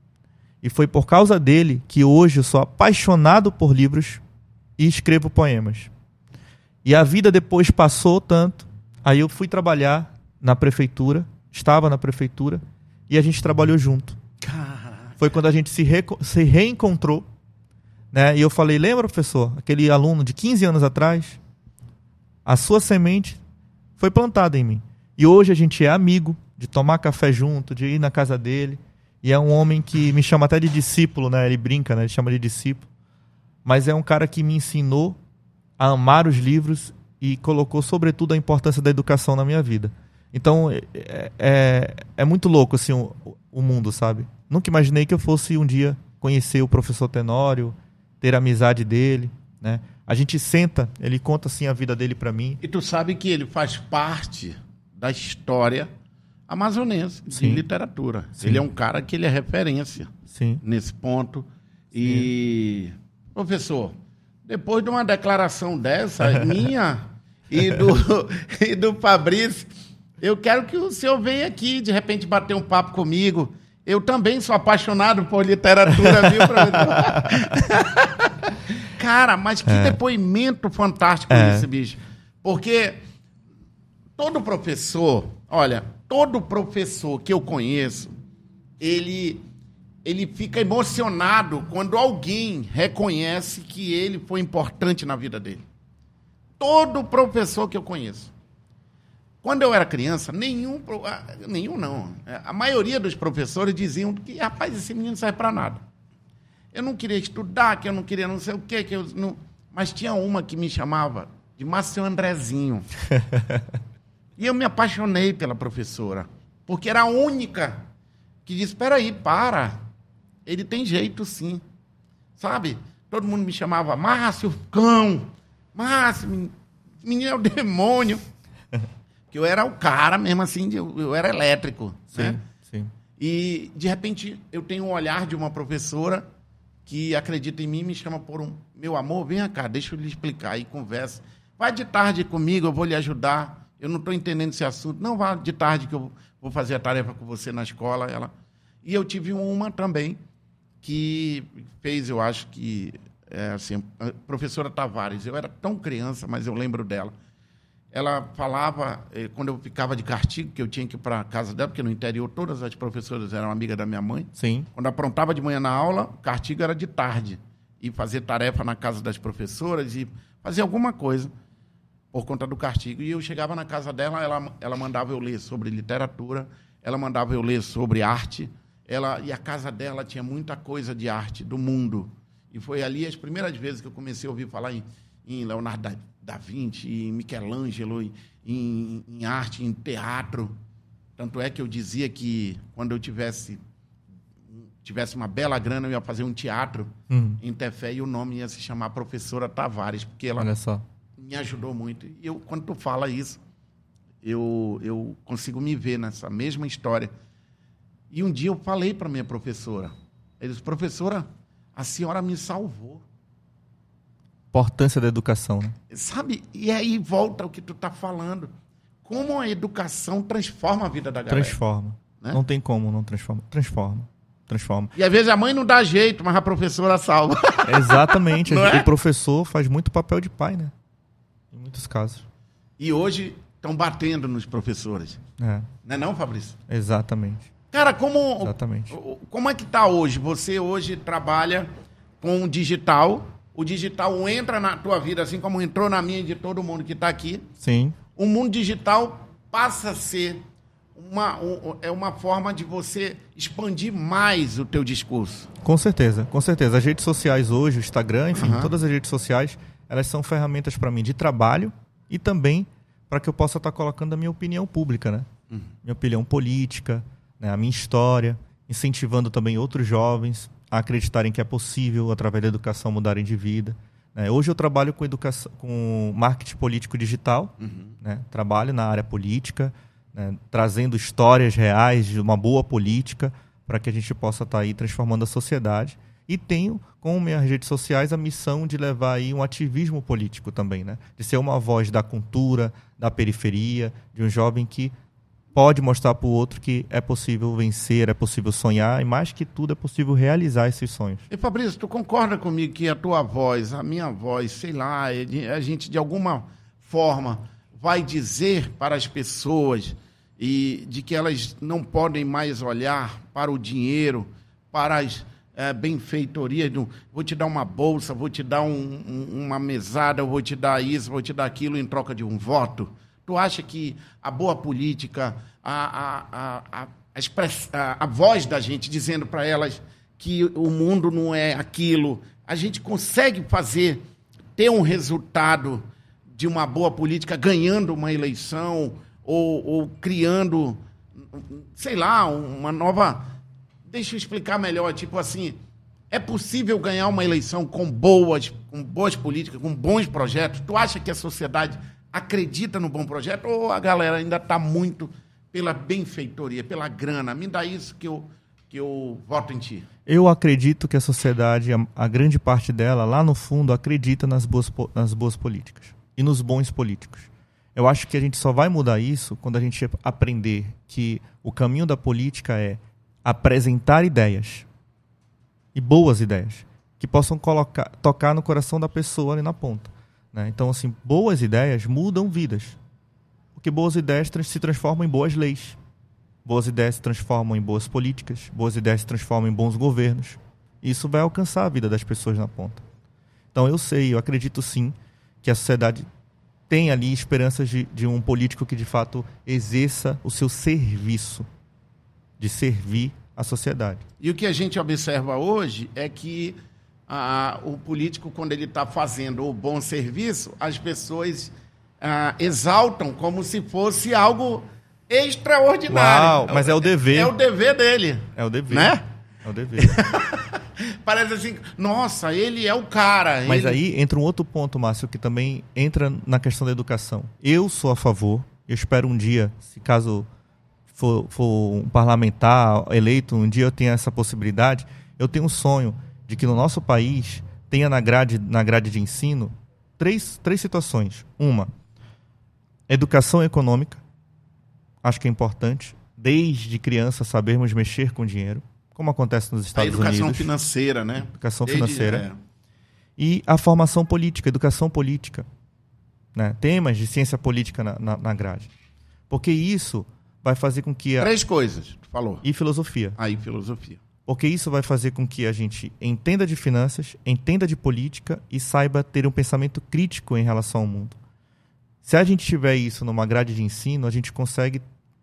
E foi por causa dele que hoje eu sou apaixonado por livros e escrevo poemas. E a vida depois passou tanto, aí eu fui trabalhar na prefeitura, estava na prefeitura, e a gente trabalhou junto. Caraca. Foi quando a gente se reencontrou, né? E eu falei, lembra, professor, aquele aluno de 15 anos atrás? A sua semente foi plantada em mim. E hoje a gente é amigo, de tomar café junto, de ir na casa dele. E é um homem que me chama até de discípulo, né? Ele brinca, né? Ele chama de discípulo. Mas é um cara que me ensinou a amar os livros e colocou, sobretudo, a importância da educação na minha vida. Então, é muito louco, assim, o mundo, sabe? Nunca imaginei que eu fosse um dia conhecer o professor Tenório, ter a amizade dele, né? A gente senta, ele conta, assim, a vida dele para mim. E tu sabe que ele faz parte da história amazonense de literatura. Sim. Ele é um cara que ele é referência. Sim. Nesse ponto. Sim. E, professor, depois de uma declaração dessa, minha e do Fabrício, eu quero que o senhor venha aqui, de repente, bater um papo comigo. Eu também sou apaixonado por literatura, viu, professor? Cara, mas que depoimento fantástico esse, bicho. Porque todo professor que eu conheço, ele fica emocionado quando alguém reconhece que ele foi importante na vida dele. Todo professor que eu conheço. Quando eu era criança, nenhum não. A maioria dos professores diziam que, rapaz, esse menino não serve para nada. Eu não queria estudar, que eu não queria não sei o quê, mas tinha uma que me chamava de Márcio Andrezinho. E eu me apaixonei pela professora, porque era a única que disse, espera aí, para. Ele tem jeito, sim. Sabe? Todo mundo me chamava Márcio Cão. Márcio, menino é o demônio. Que eu era o cara mesmo assim, eu era elétrico. Sim, né? Sim. E, de repente, eu tenho um olhar de uma professora que acredita em mim e me chama por meu amor, vem cá, deixa eu lhe explicar. Aí conversa. Vai de tarde comigo, eu vou lhe ajudar. Eu não estou entendendo esse assunto. Não, vá de tarde que eu vou fazer a tarefa com você na escola. E eu tive uma também que fez, eu acho que, assim, a professora Tavares. Eu era tão criança, mas eu lembro dela. Ela falava, quando eu ficava de castigo, que eu tinha que ir para a casa dela, porque no interior todas as professoras eram amigas da minha mãe. Sim. Quando aprontava de manhã na aula, o castigo era de tarde. E fazer tarefa na casa das professoras e fazer alguma coisa por conta do castigo. E eu chegava na casa dela, ela mandava eu ler sobre literatura, ela mandava eu ler sobre arte. E a casa dela tinha muita coisa de arte do mundo. E foi ali as primeiras vezes que eu comecei a ouvir falar em Leonardo da Vinci, em Michelangelo, em arte, em teatro. Tanto é que eu dizia que quando eu tivesse tivesse uma bela grana, eu ia fazer um teatro em Tefé e o nome ia se chamar Professora Tavares, porque ela me ajudou muito. E eu, quando tu fala isso, eu consigo me ver nessa mesma história. E um dia eu falei para minha professora, ele disse, professora, a senhora me salvou. Importância da educação, né? Sabe? E aí volta o que tu tá falando. Como a educação transforma a vida da galera. Transforma. Né? Não tem como não transforma. Transforma. E às vezes a mãe não dá jeito, mas a professora salva. Exatamente. O professor faz muito papel de pai, né? Em muitos casos. E hoje estão batendo nos professores. Não é não, Fabrício? Exatamente. Cara, como é que tá hoje? Você hoje trabalha com o digital. O digital entra na tua vida, assim como entrou na minha e de todo mundo que está aqui. Sim. O mundo digital passa a ser uma forma de você expandir mais o teu discurso. Com certeza. As redes sociais hoje, o Instagram, enfim, todas as redes sociais, elas são ferramentas para mim de trabalho e também para que eu possa estar colocando a minha opinião pública, né? Minha opinião política, né? A minha história, incentivando também outros jovens a acreditarem que é possível, através da educação, mudarem de vida. Hoje eu trabalho com marketing político digital, né? Trabalho na área política, né? Trazendo histórias reais de uma boa política para que a gente possa estar aí transformando a sociedade. E tenho, com minhas redes sociais, a missão de levar aí um ativismo político também, né? De ser uma voz da cultura, da periferia, de um jovem que pode mostrar para o outro que é possível vencer, é possível sonhar e, mais que tudo, é possível realizar esses sonhos. E, Fabrício, tu concorda comigo que a tua voz, a minha voz, sei lá, a gente, de alguma forma, vai dizer para as pessoas de que elas não podem mais olhar para o dinheiro, para as benfeitorias, vou te dar uma bolsa, vou te dar uma mesada, vou te dar isso, vou te dar aquilo em troca de um voto? Tu acha que a boa política, a voz da gente dizendo para elas que o mundo não é aquilo, a gente consegue ter um resultado de uma boa política ganhando uma eleição ou criando, sei lá, uma nova... Deixa eu explicar melhor, tipo assim, é possível ganhar uma eleição com boas políticas, com bons projetos? Tu acha que a sociedade acredita no bom projeto ou a galera ainda está muito pela benfeitoria, pela grana? Me dá isso que eu voto em ti. Eu acredito que a sociedade, a grande parte dela, lá no fundo, acredita nas boas políticas e nos bons políticos. Eu acho que a gente só vai mudar isso quando a gente aprender que o caminho da política é apresentar ideias, e boas ideias, que possam tocar no coração da pessoa ali na ponta. Então, assim, boas ideias mudam vidas. Porque boas ideias se transformam em boas leis. Boas ideias se transformam em boas políticas. Boas ideias se transformam em bons governos. Isso vai alcançar a vida das pessoas na ponta. Então, eu acredito sim que a sociedade tem ali esperanças de um político que, de fato, exerça o seu serviço, de servir a sociedade. E o que a gente observa hoje é que o político, quando ele está fazendo o bom serviço, as pessoas exaltam como se fosse algo extraordinário. Uau, mas é o dever. É o dever dele. É o dever. Né? É o dever. Parece assim, nossa, ele é o cara. Mas aí entra um outro ponto, Márcio, que também entra na questão da educação. Eu sou a favor, eu espero um dia, se caso for um parlamentar eleito, um dia eu tenha essa possibilidade, eu tenho um sonho de que no nosso país tenha na grade de ensino três situações. Uma, educação econômica. Acho que é importante, desde criança, sabermos mexer com dinheiro, como acontece nos Estados Unidos. A educação financeira, né? Educação financeira. E a formação política, educação política. Né? Temas de ciência política na grade. Porque isso vai fazer com que... Três coisas, tu falou. E filosofia. Aí, filosofia. Porque isso vai fazer com que a gente entenda de finanças, entenda de política e saiba ter um pensamento crítico em relação ao mundo. Se a gente tiver isso numa grade de ensino, a gente consegue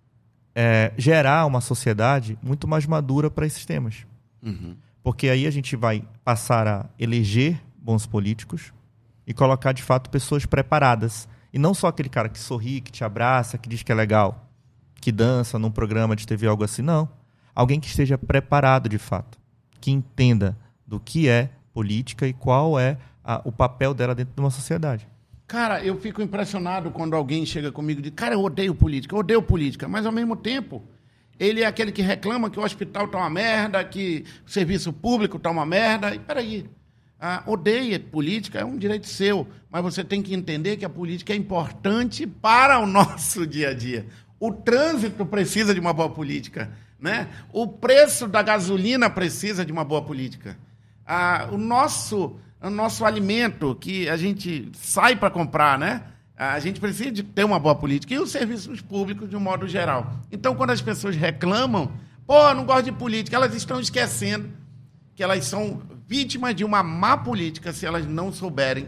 gerar uma sociedade muito mais madura para esses temas. Porque aí a gente vai passar a eleger bons políticos e colocar, de fato, pessoas preparadas. E não só aquele cara que sorri, que te abraça, que diz que é legal, que dança num programa de TV, algo assim, não. Alguém que esteja preparado, de fato. que entenda do que é política e qual é o papel dela dentro de uma sociedade. Cara, eu fico impressionado quando alguém chega comigo e diz, cara, eu odeio política, mas ao mesmo tempo, ele é aquele que reclama que o hospital tá uma merda, que o serviço público tá uma merda. E peraí, odeia política, é um direito seu, mas você tem que entender que a política é importante para o nosso dia a dia. O trânsito precisa de uma boa política, né? O preço da gasolina precisa de uma boa política. O nosso alimento que a gente sai para comprar, né? A gente precisa de ter uma boa política e os serviços públicos de um modo geral. Então, quando as pessoas reclamam, não gosto de política, elas estão esquecendo que elas são vítimas de uma má política se elas não souberem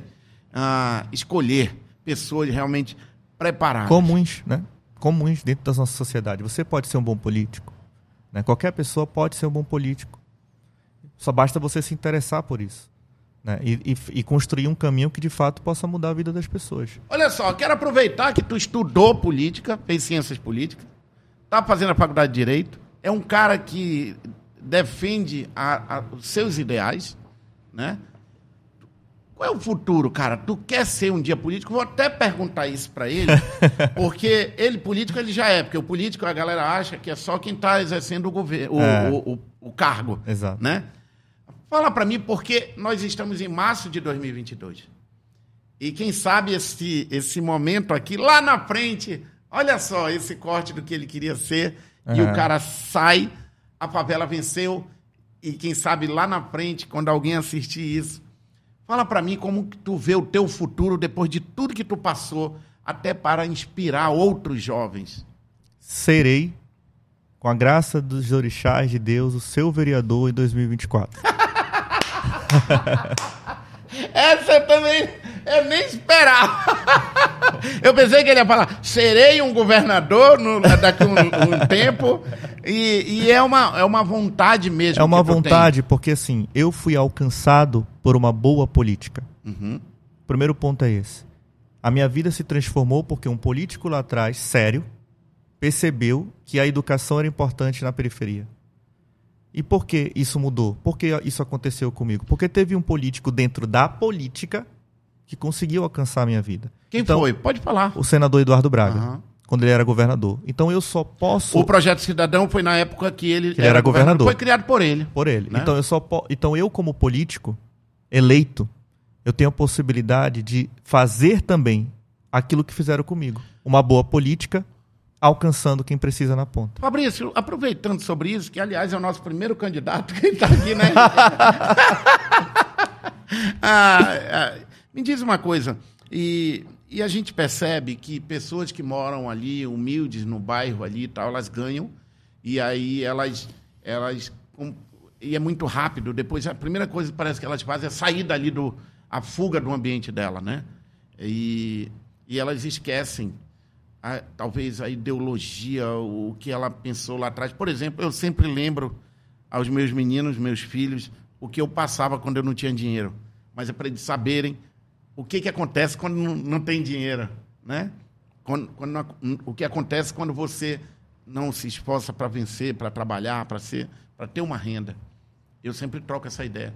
escolher pessoas realmente preparadas. Comuns, né? Comuns dentro da nossa sociedade. Você pode ser um bom político, né? Qualquer pessoa pode ser um bom político. Só basta você se interessar por isso, né? E construir um caminho que, de fato, possa mudar a vida das pessoas. Olha só, quero aproveitar que tu estudou política, fez ciências políticas, está fazendo a faculdade de Direito, é um cara que defende os seus ideais, né? Qual é o futuro, cara? Tu quer ser um dia político? Vou até perguntar isso para ele, porque político ele já é, porque o político a galera acha que é só quem está exercendo o governo, o cargo. Exato. Né? Fala para mim, porque nós estamos em março de 2022. E quem sabe esse momento aqui, lá na frente, olha só esse corte do que ele queria ser, e o cara sai, a favela venceu, e quem sabe lá na frente, quando alguém assistir isso, fala para mim como que tu vê o teu futuro depois de tudo que tu passou, até para inspirar outros jovens. Serei, com a graça dos orixás de Deus, o seu vereador em 2024. Essa eu também, eu nem esperava. Eu pensei que ele ia falar, serei um governador daqui a um tempo, e é uma vontade mesmo. É uma vontade, porque assim, eu fui alcançado por uma boa política. Uhum. O primeiro ponto é esse. A minha vida se transformou porque um político lá atrás, sério, percebeu que a educação era importante na periferia. E por que isso mudou? Por que isso aconteceu comigo? Porque teve um político dentro da política que conseguiu alcançar a minha vida. Quem foi? Pode falar. O senador Eduardo Braga, quando ele era governador. Então eu só posso... O Projeto Cidadão foi na época que ele era governador. Foi criado por ele. Por ele. Né? Então eu, como político eleito, eu tenho a possibilidade de fazer também aquilo que fizeram comigo. Uma boa política, alcançando quem precisa na ponta. Fabrício, aproveitando sobre isso, que aliás é o nosso primeiro candidato que está aqui, né? Me diz uma coisa, e a gente percebe que pessoas que moram ali, humildes no bairro ali e tal, elas ganham, e aí elas e é muito rápido, depois a primeira coisa que parece que elas fazem é sair dali a fuga do ambiente dela, né? E elas esquecem talvez a ideologia, o que ela pensou lá atrás. Por exemplo, eu sempre lembro aos meus meninos, meus filhos, o que eu passava quando eu não tinha dinheiro. Mas é para eles saberem o que acontece quando não tem dinheiro, né? O que acontece quando você não se esforça para vencer, para trabalhar, para ter uma renda. Eu sempre troco essa ideia.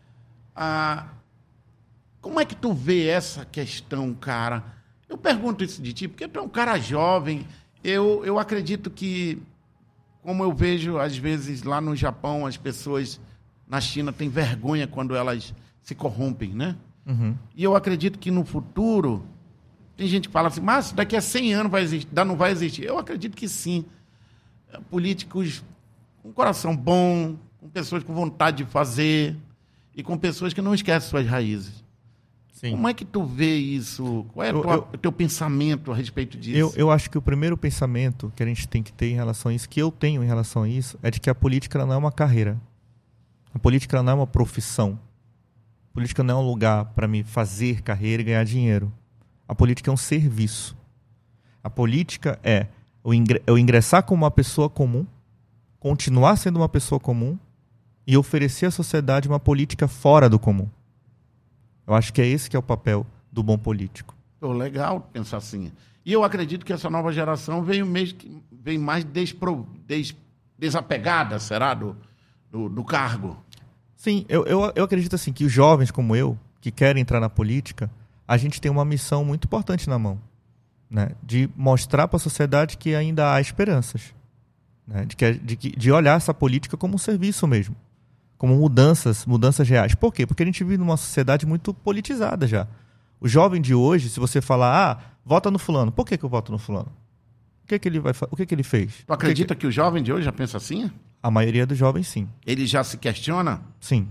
Como é que tu vê essa questão, cara? Eu pergunto isso de ti, porque tu é um cara jovem. Eu acredito que, como eu vejo, às vezes, lá no Japão, as pessoas na China têm vergonha quando elas se corrompem, né? Uhum. E eu acredito que no futuro, tem gente que fala assim, mas daqui a 100 anos não vai existir. Eu acredito que sim. Políticos com coração bom, com pessoas com vontade de fazer e com pessoas que não esquecem suas raízes. Sim. Como é que tu vê isso? Qual é o teu pensamento a respeito disso? Eu acho que o primeiro pensamento que a gente tem que ter em relação a isso, que eu tenho em relação a isso, é de que a política ela não é uma carreira. A política ela não é uma profissão. A política não é um lugar para me fazer carreira e ganhar dinheiro. A política é um serviço. A política é eu ingressar como uma pessoa comum, continuar sendo uma pessoa comum e oferecer à sociedade uma política fora do comum. Eu acho que é esse que é o papel do bom político. Legal pensar assim. E eu acredito que essa nova geração vem mais desapegada, será, do cargo? Sim, eu acredito assim que os jovens como eu, que querem entrar na política, a gente tem uma missão muito importante na mão, né? De mostrar para a sociedade que ainda há esperanças, né? De olhar essa política como um serviço mesmo, como mudanças reais. Por quê? Porque a gente vive numa sociedade muito politizada já. O jovem de hoje, se você falar, vota no fulano, por que eu voto no fulano? O que ele fez? Tu acredita que o jovem de hoje já pensa assim? A maioria dos jovens, sim. Ele já se questiona? Sim.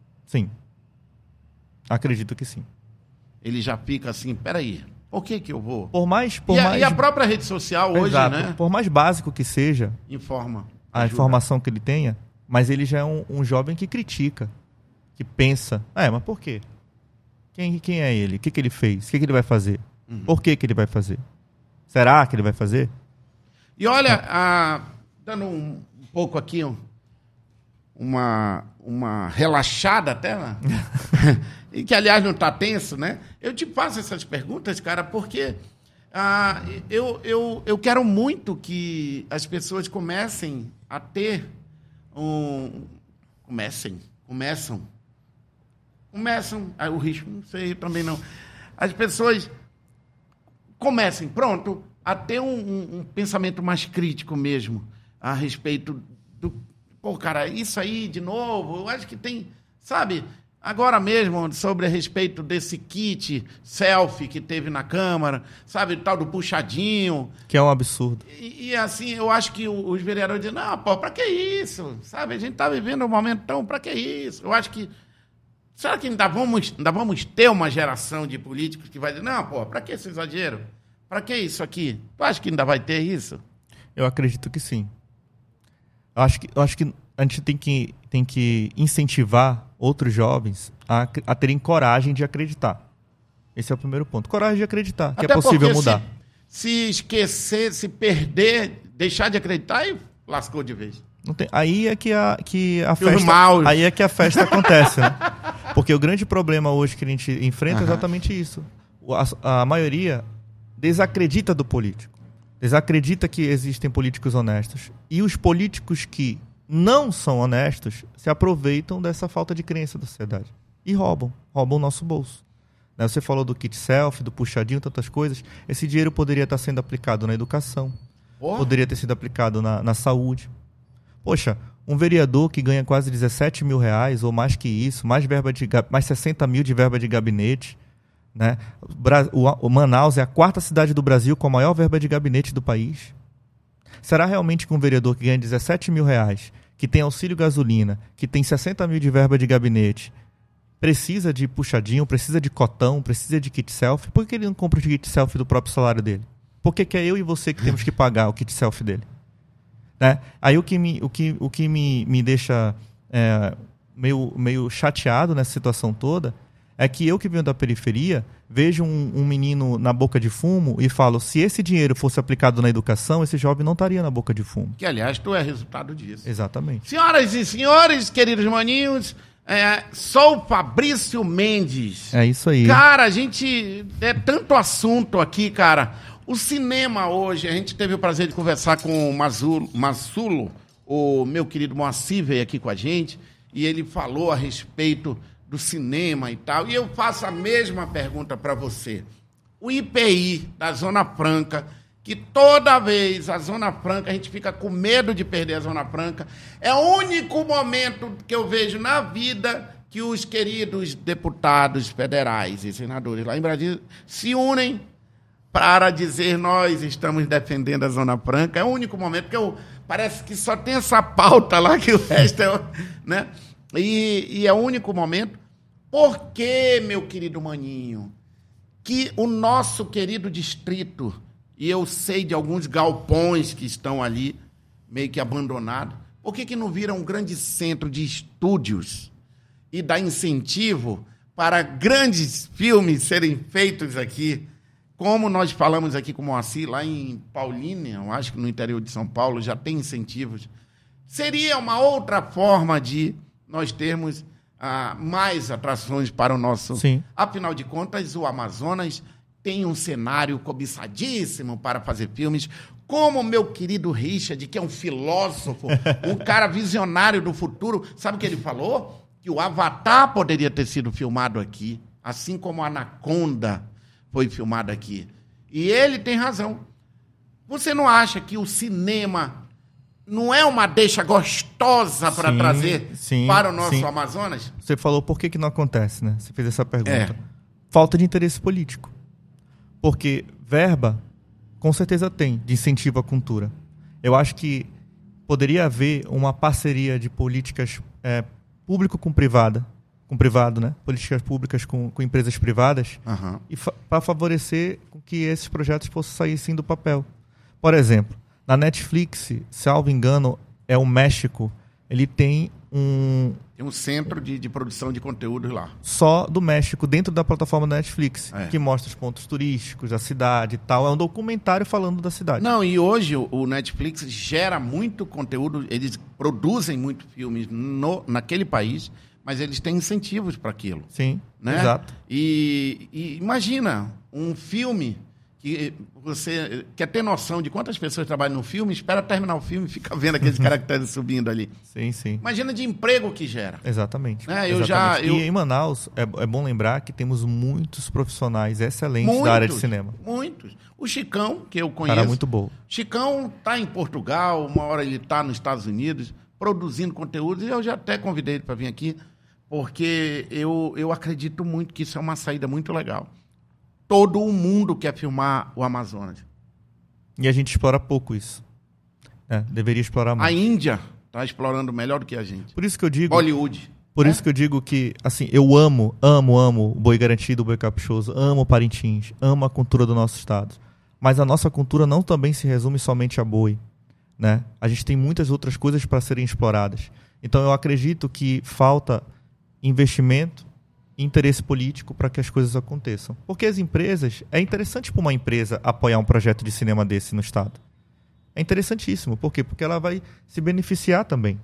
Acredito que sim. Ele já fica assim, peraí, por que eu vou? E a própria rede social hoje, exato, né? Por mais básico que seja a informação que ele tenha, mas ele já é um jovem que critica, que pensa, mas por quê? Quem é ele? O que ele fez? O que ele vai fazer? Por que ele vai fazer? Será que ele vai fazer? E olha, dando um pouco aqui, uma relaxada até, né? E que, aliás, não está tenso, né? Eu te faço essas perguntas, cara, porque eu quero muito que as pessoas comecem a ter Começam. O ritmo, não sei, também não. As pessoas comecem, pronto, a ter um pensamento mais crítico mesmo a respeito do... Pô, cara, isso aí, de novo, eu acho que tem, sabe, agora mesmo, sobre a respeito desse kit selfie que teve na Câmara, sabe, tal do puxadinho. Que é um absurdo. E assim, eu acho que os vereadores dizem, não, pô, pra que isso? Sabe, a gente tá vivendo um momento tão, pra que isso? Eu acho que, será que ainda vamos ter uma geração de políticos que vai dizer, não, pô, pra que esse exagero? Pra que isso aqui? Tu acha que ainda vai ter isso? Eu acredito que sim. Eu acho que a gente tem que incentivar outros jovens a terem coragem de acreditar. Esse é o primeiro ponto. Coragem de acreditar, que até é possível mudar. Se esquecer, se perder, deixar de acreditar, e lascou de vez. Não tem, aí é que a festa, aí é que a festa acontece, né? Porque o grande problema hoje que a gente enfrenta é exatamente isso. A maioria desacredita do político. Desacredita que existem políticos honestos. E os políticos que não são honestos se aproveitam dessa falta de crença da sociedade. E roubam o nosso bolso. Você falou do kit selfie, do puxadinho, tantas coisas. Esse dinheiro poderia estar sendo aplicado na educação. Poderia ter sido aplicado na saúde. Poxa, um vereador que ganha quase 17 mil reais, ou mais que isso, mais 60 mil de verba de gabinete, né? O Manaus é a 4ª cidade do Brasil com a maior verba de gabinete do país. Será realmente que um vereador que ganha 17 mil reais, que tem auxílio gasolina, que tem 60 mil de verba de gabinete, precisa de puxadinho, precisa de cotão, precisa de kit selfie? Por que ele não compra o kit selfie do próprio salário dele? Por que é eu e você que temos que pagar o kit selfie dele? Né? Aí o que me deixa meio chateado nessa situação toda é que eu que venho da periferia vejo um menino na boca de fumo e falo, se esse dinheiro fosse aplicado na educação, esse jovem não estaria na boca de fumo. Que, aliás, tu é resultado disso. Exatamente. Senhoras e senhores, queridos maninhos, sou o Fabrício Mendes. É isso aí. Cara, a gente... É tanto assunto aqui, cara. O cinema hoje, a gente teve o prazer de conversar com o Massulo, o meu querido Moacir veio aqui com a gente, e ele falou a respeito do cinema e tal. E eu faço a mesma pergunta para você. O IPI da Zona Franca, que toda vez a Zona Franca, a gente fica com medo de perder a Zona Franca, é o único momento que eu vejo na vida que os queridos deputados federais e senadores lá em Brasília se unem para dizer nós estamos defendendo a Zona Franca. É o único momento que parece que só tem essa pauta lá que o resto é... Né? E é o único momento. Por que, meu querido maninho, que o nosso querido distrito, e eu sei de alguns galpões que estão ali, meio que abandonados, por que não vira um grande centro de estúdios e dá incentivo para grandes filmes serem feitos aqui? Como nós falamos aqui com o Moacir, lá em Paulínia, eu acho que no interior de São Paulo já tem incentivos. Seria uma outra forma de nós termos mais atrações para o nosso... Sim. Afinal de contas, o Amazonas tem um cenário cobiçadíssimo para fazer filmes, como o meu querido Richard, que é um filósofo, um cara visionário do futuro. Sabe o que ele falou? que o Avatar poderia ter sido filmado aqui, assim como Anaconda foi filmado aqui. E ele tem razão. Você não acha que o cinema não é uma deixa gostosa para trazer para o nosso Amazonas? Você falou por que não acontece, né? Você fez essa pergunta. Falta de interesse político. Porque verba, com certeza tem, de incentivo à cultura. Eu acho que poderia haver uma parceria de políticas público com privado, né? Políticas públicas com empresas privadas, e para favorecer que esses projetos possam sair sim do papel. Por exemplo, na Netflix, salvo engano, é o México, ele tem um centro de produção de conteúdo lá. Só do México, dentro da plataforma da Netflix, que mostra os pontos turísticos da cidade e tal. É um documentário falando da cidade. Não, e hoje o Netflix gera muito conteúdo, eles produzem muito filmes naquele país, mas eles têm incentivos para aquilo. Sim, né? Exato. E imagina um filme que você quer ter noção de quantas pessoas trabalham no filme, espera terminar o filme e fica vendo aqueles caracteres subindo ali. Sim. Imagina de emprego que gera. Exatamente. Exatamente. E em Manaus, é bom lembrar que temos muitos profissionais excelentes da área de cinema. Muitos. O Chicão, que eu conheço. Cara, muito bom. Chicão está em Portugal, uma hora ele está nos Estados Unidos, produzindo conteúdo, e eu já até convidei ele para vir aqui, porque eu acredito muito que isso é uma saída muito legal. Todo o mundo quer filmar o Amazonas. E a gente explora pouco isso. Deveria explorar mais. A Índia está explorando melhor do que a gente. Por isso que eu digo... Bollywood. Por isso que eu digo que, assim, eu amo o Boi Garantido, o Boi Caprichoso, amo Parintins, amo a cultura do nosso estado. Mas a nossa cultura não também se resume somente a boi, né? A gente tem muitas outras coisas para serem exploradas. Então eu acredito que falta investimento, interesse político para que as coisas aconteçam. Porque as empresas... É interessante para uma empresa apoiar um projeto de cinema desse no estado. É interessantíssimo. Por quê? Porque ela vai se beneficiar também.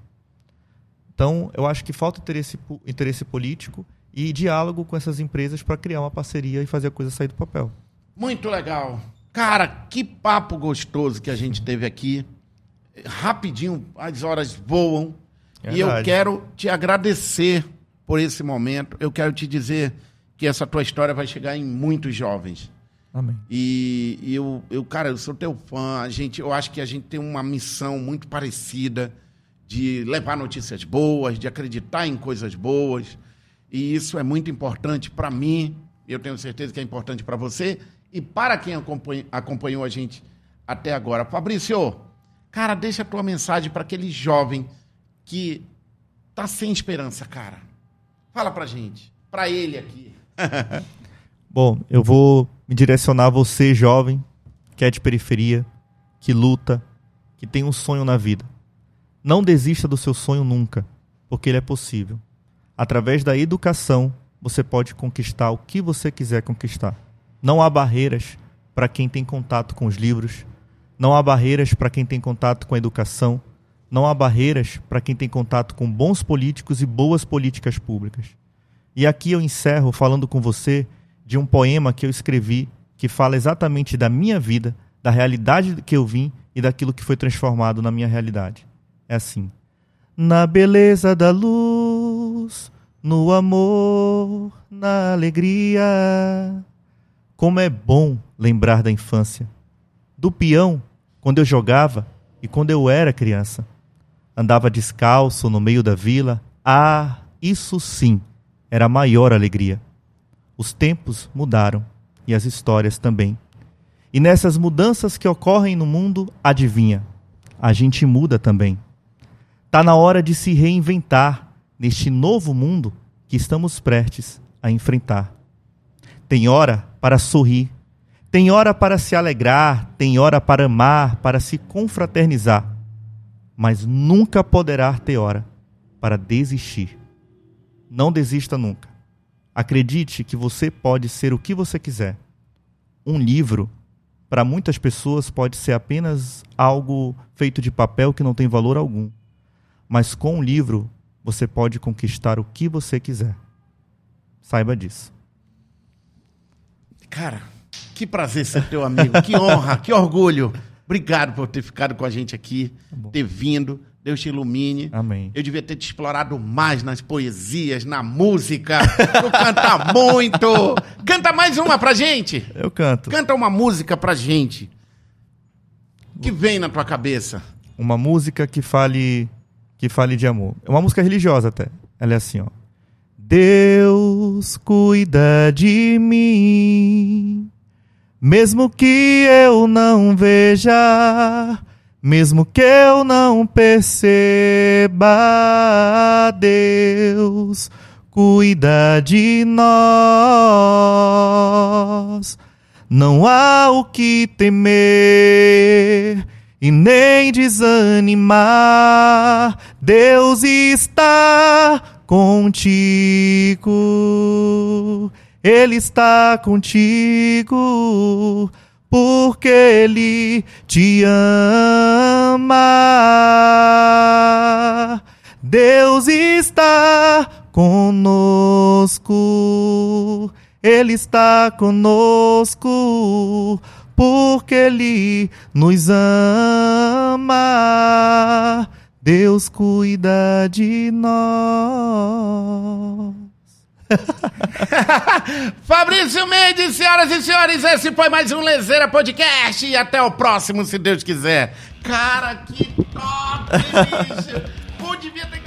Então, eu acho que falta interesse político e diálogo com essas empresas para criar uma parceria e fazer a coisa sair do papel. Muito legal. Cara, que papo gostoso que a gente teve aqui. Rapidinho, as horas voam. E eu quero te agradecer por esse momento. Eu quero te dizer que essa tua história vai chegar em muitos jovens. Amém. E eu sou teu fã. Eu acho que a gente tem uma missão muito parecida de levar notícias boas, de acreditar em coisas boas. E isso é muito importante para mim. Eu tenho certeza que é importante para você e para quem acompanhou a gente até agora. Fabrício, cara, deixa a tua mensagem para aquele jovem que tá sem esperança, cara. Fala pra gente, pra ele aqui. Bom, eu vou me direcionar a você, jovem, que é de periferia, que luta, que tem um sonho na vida. Não desista do seu sonho nunca, porque ele é possível. Através da educação, você pode conquistar o que você quiser conquistar. Não há barreiras para quem tem contato com os livros, não há barreiras para quem tem contato com a educação, não há barreiras para quem tem contato com bons políticos e boas políticas públicas. E aqui eu encerro falando com você de um poema que eu escrevi que fala exatamente da minha vida, da realidade que eu vim e daquilo que foi transformado na minha realidade. É assim. Na beleza da luz, no amor, na alegria. Como é bom lembrar da infância. Do peão, quando eu jogava e quando eu era criança. Andava descalço no meio da vila. Ah, isso sim, era a maior alegria. Os tempos mudaram e as histórias também. E nessas mudanças que ocorrem no mundo, adivinha, a gente muda também. Tá na hora de se reinventar neste novo mundo que estamos prestes a enfrentar. Tem hora para sorrir, tem hora para se alegrar, tem hora para amar, para se confraternizar. Mas nunca poderá ter hora para desistir. Não desista nunca. Acredite que você pode ser o que você quiser. Um livro, para muitas pessoas, pode ser apenas algo feito de papel que não tem valor algum. Mas com um livro, você pode conquistar o que você quiser. Saiba disso. Cara, que prazer ser teu amigo, que honra, que orgulho. Obrigado por ter ficado com a gente aqui, ter vindo, Deus te ilumine. Amém. Eu devia ter te explorado mais nas poesias, na música. Tu canta muito. Canta mais uma pra gente. Eu canto. Canta uma música pra gente. Que vem na tua cabeça. Uma música que fale de amor. É uma música religiosa até. Ela é assim, ó. Deus cuida de mim, mesmo que eu não veja, mesmo que eu não perceba, Deus cuida de nós. Não há o que temer e nem desanimar. Deus está contigo. Ele está contigo, porque Ele te ama. Deus está conosco. Ele está conosco, porque Ele nos ama. Deus cuida de nós. Fabrício Mendes, senhoras e senhores, esse foi mais um Lezeira Podcast e até o próximo, se Deus quiser. Cara, que top, bicho! Pô, devia ter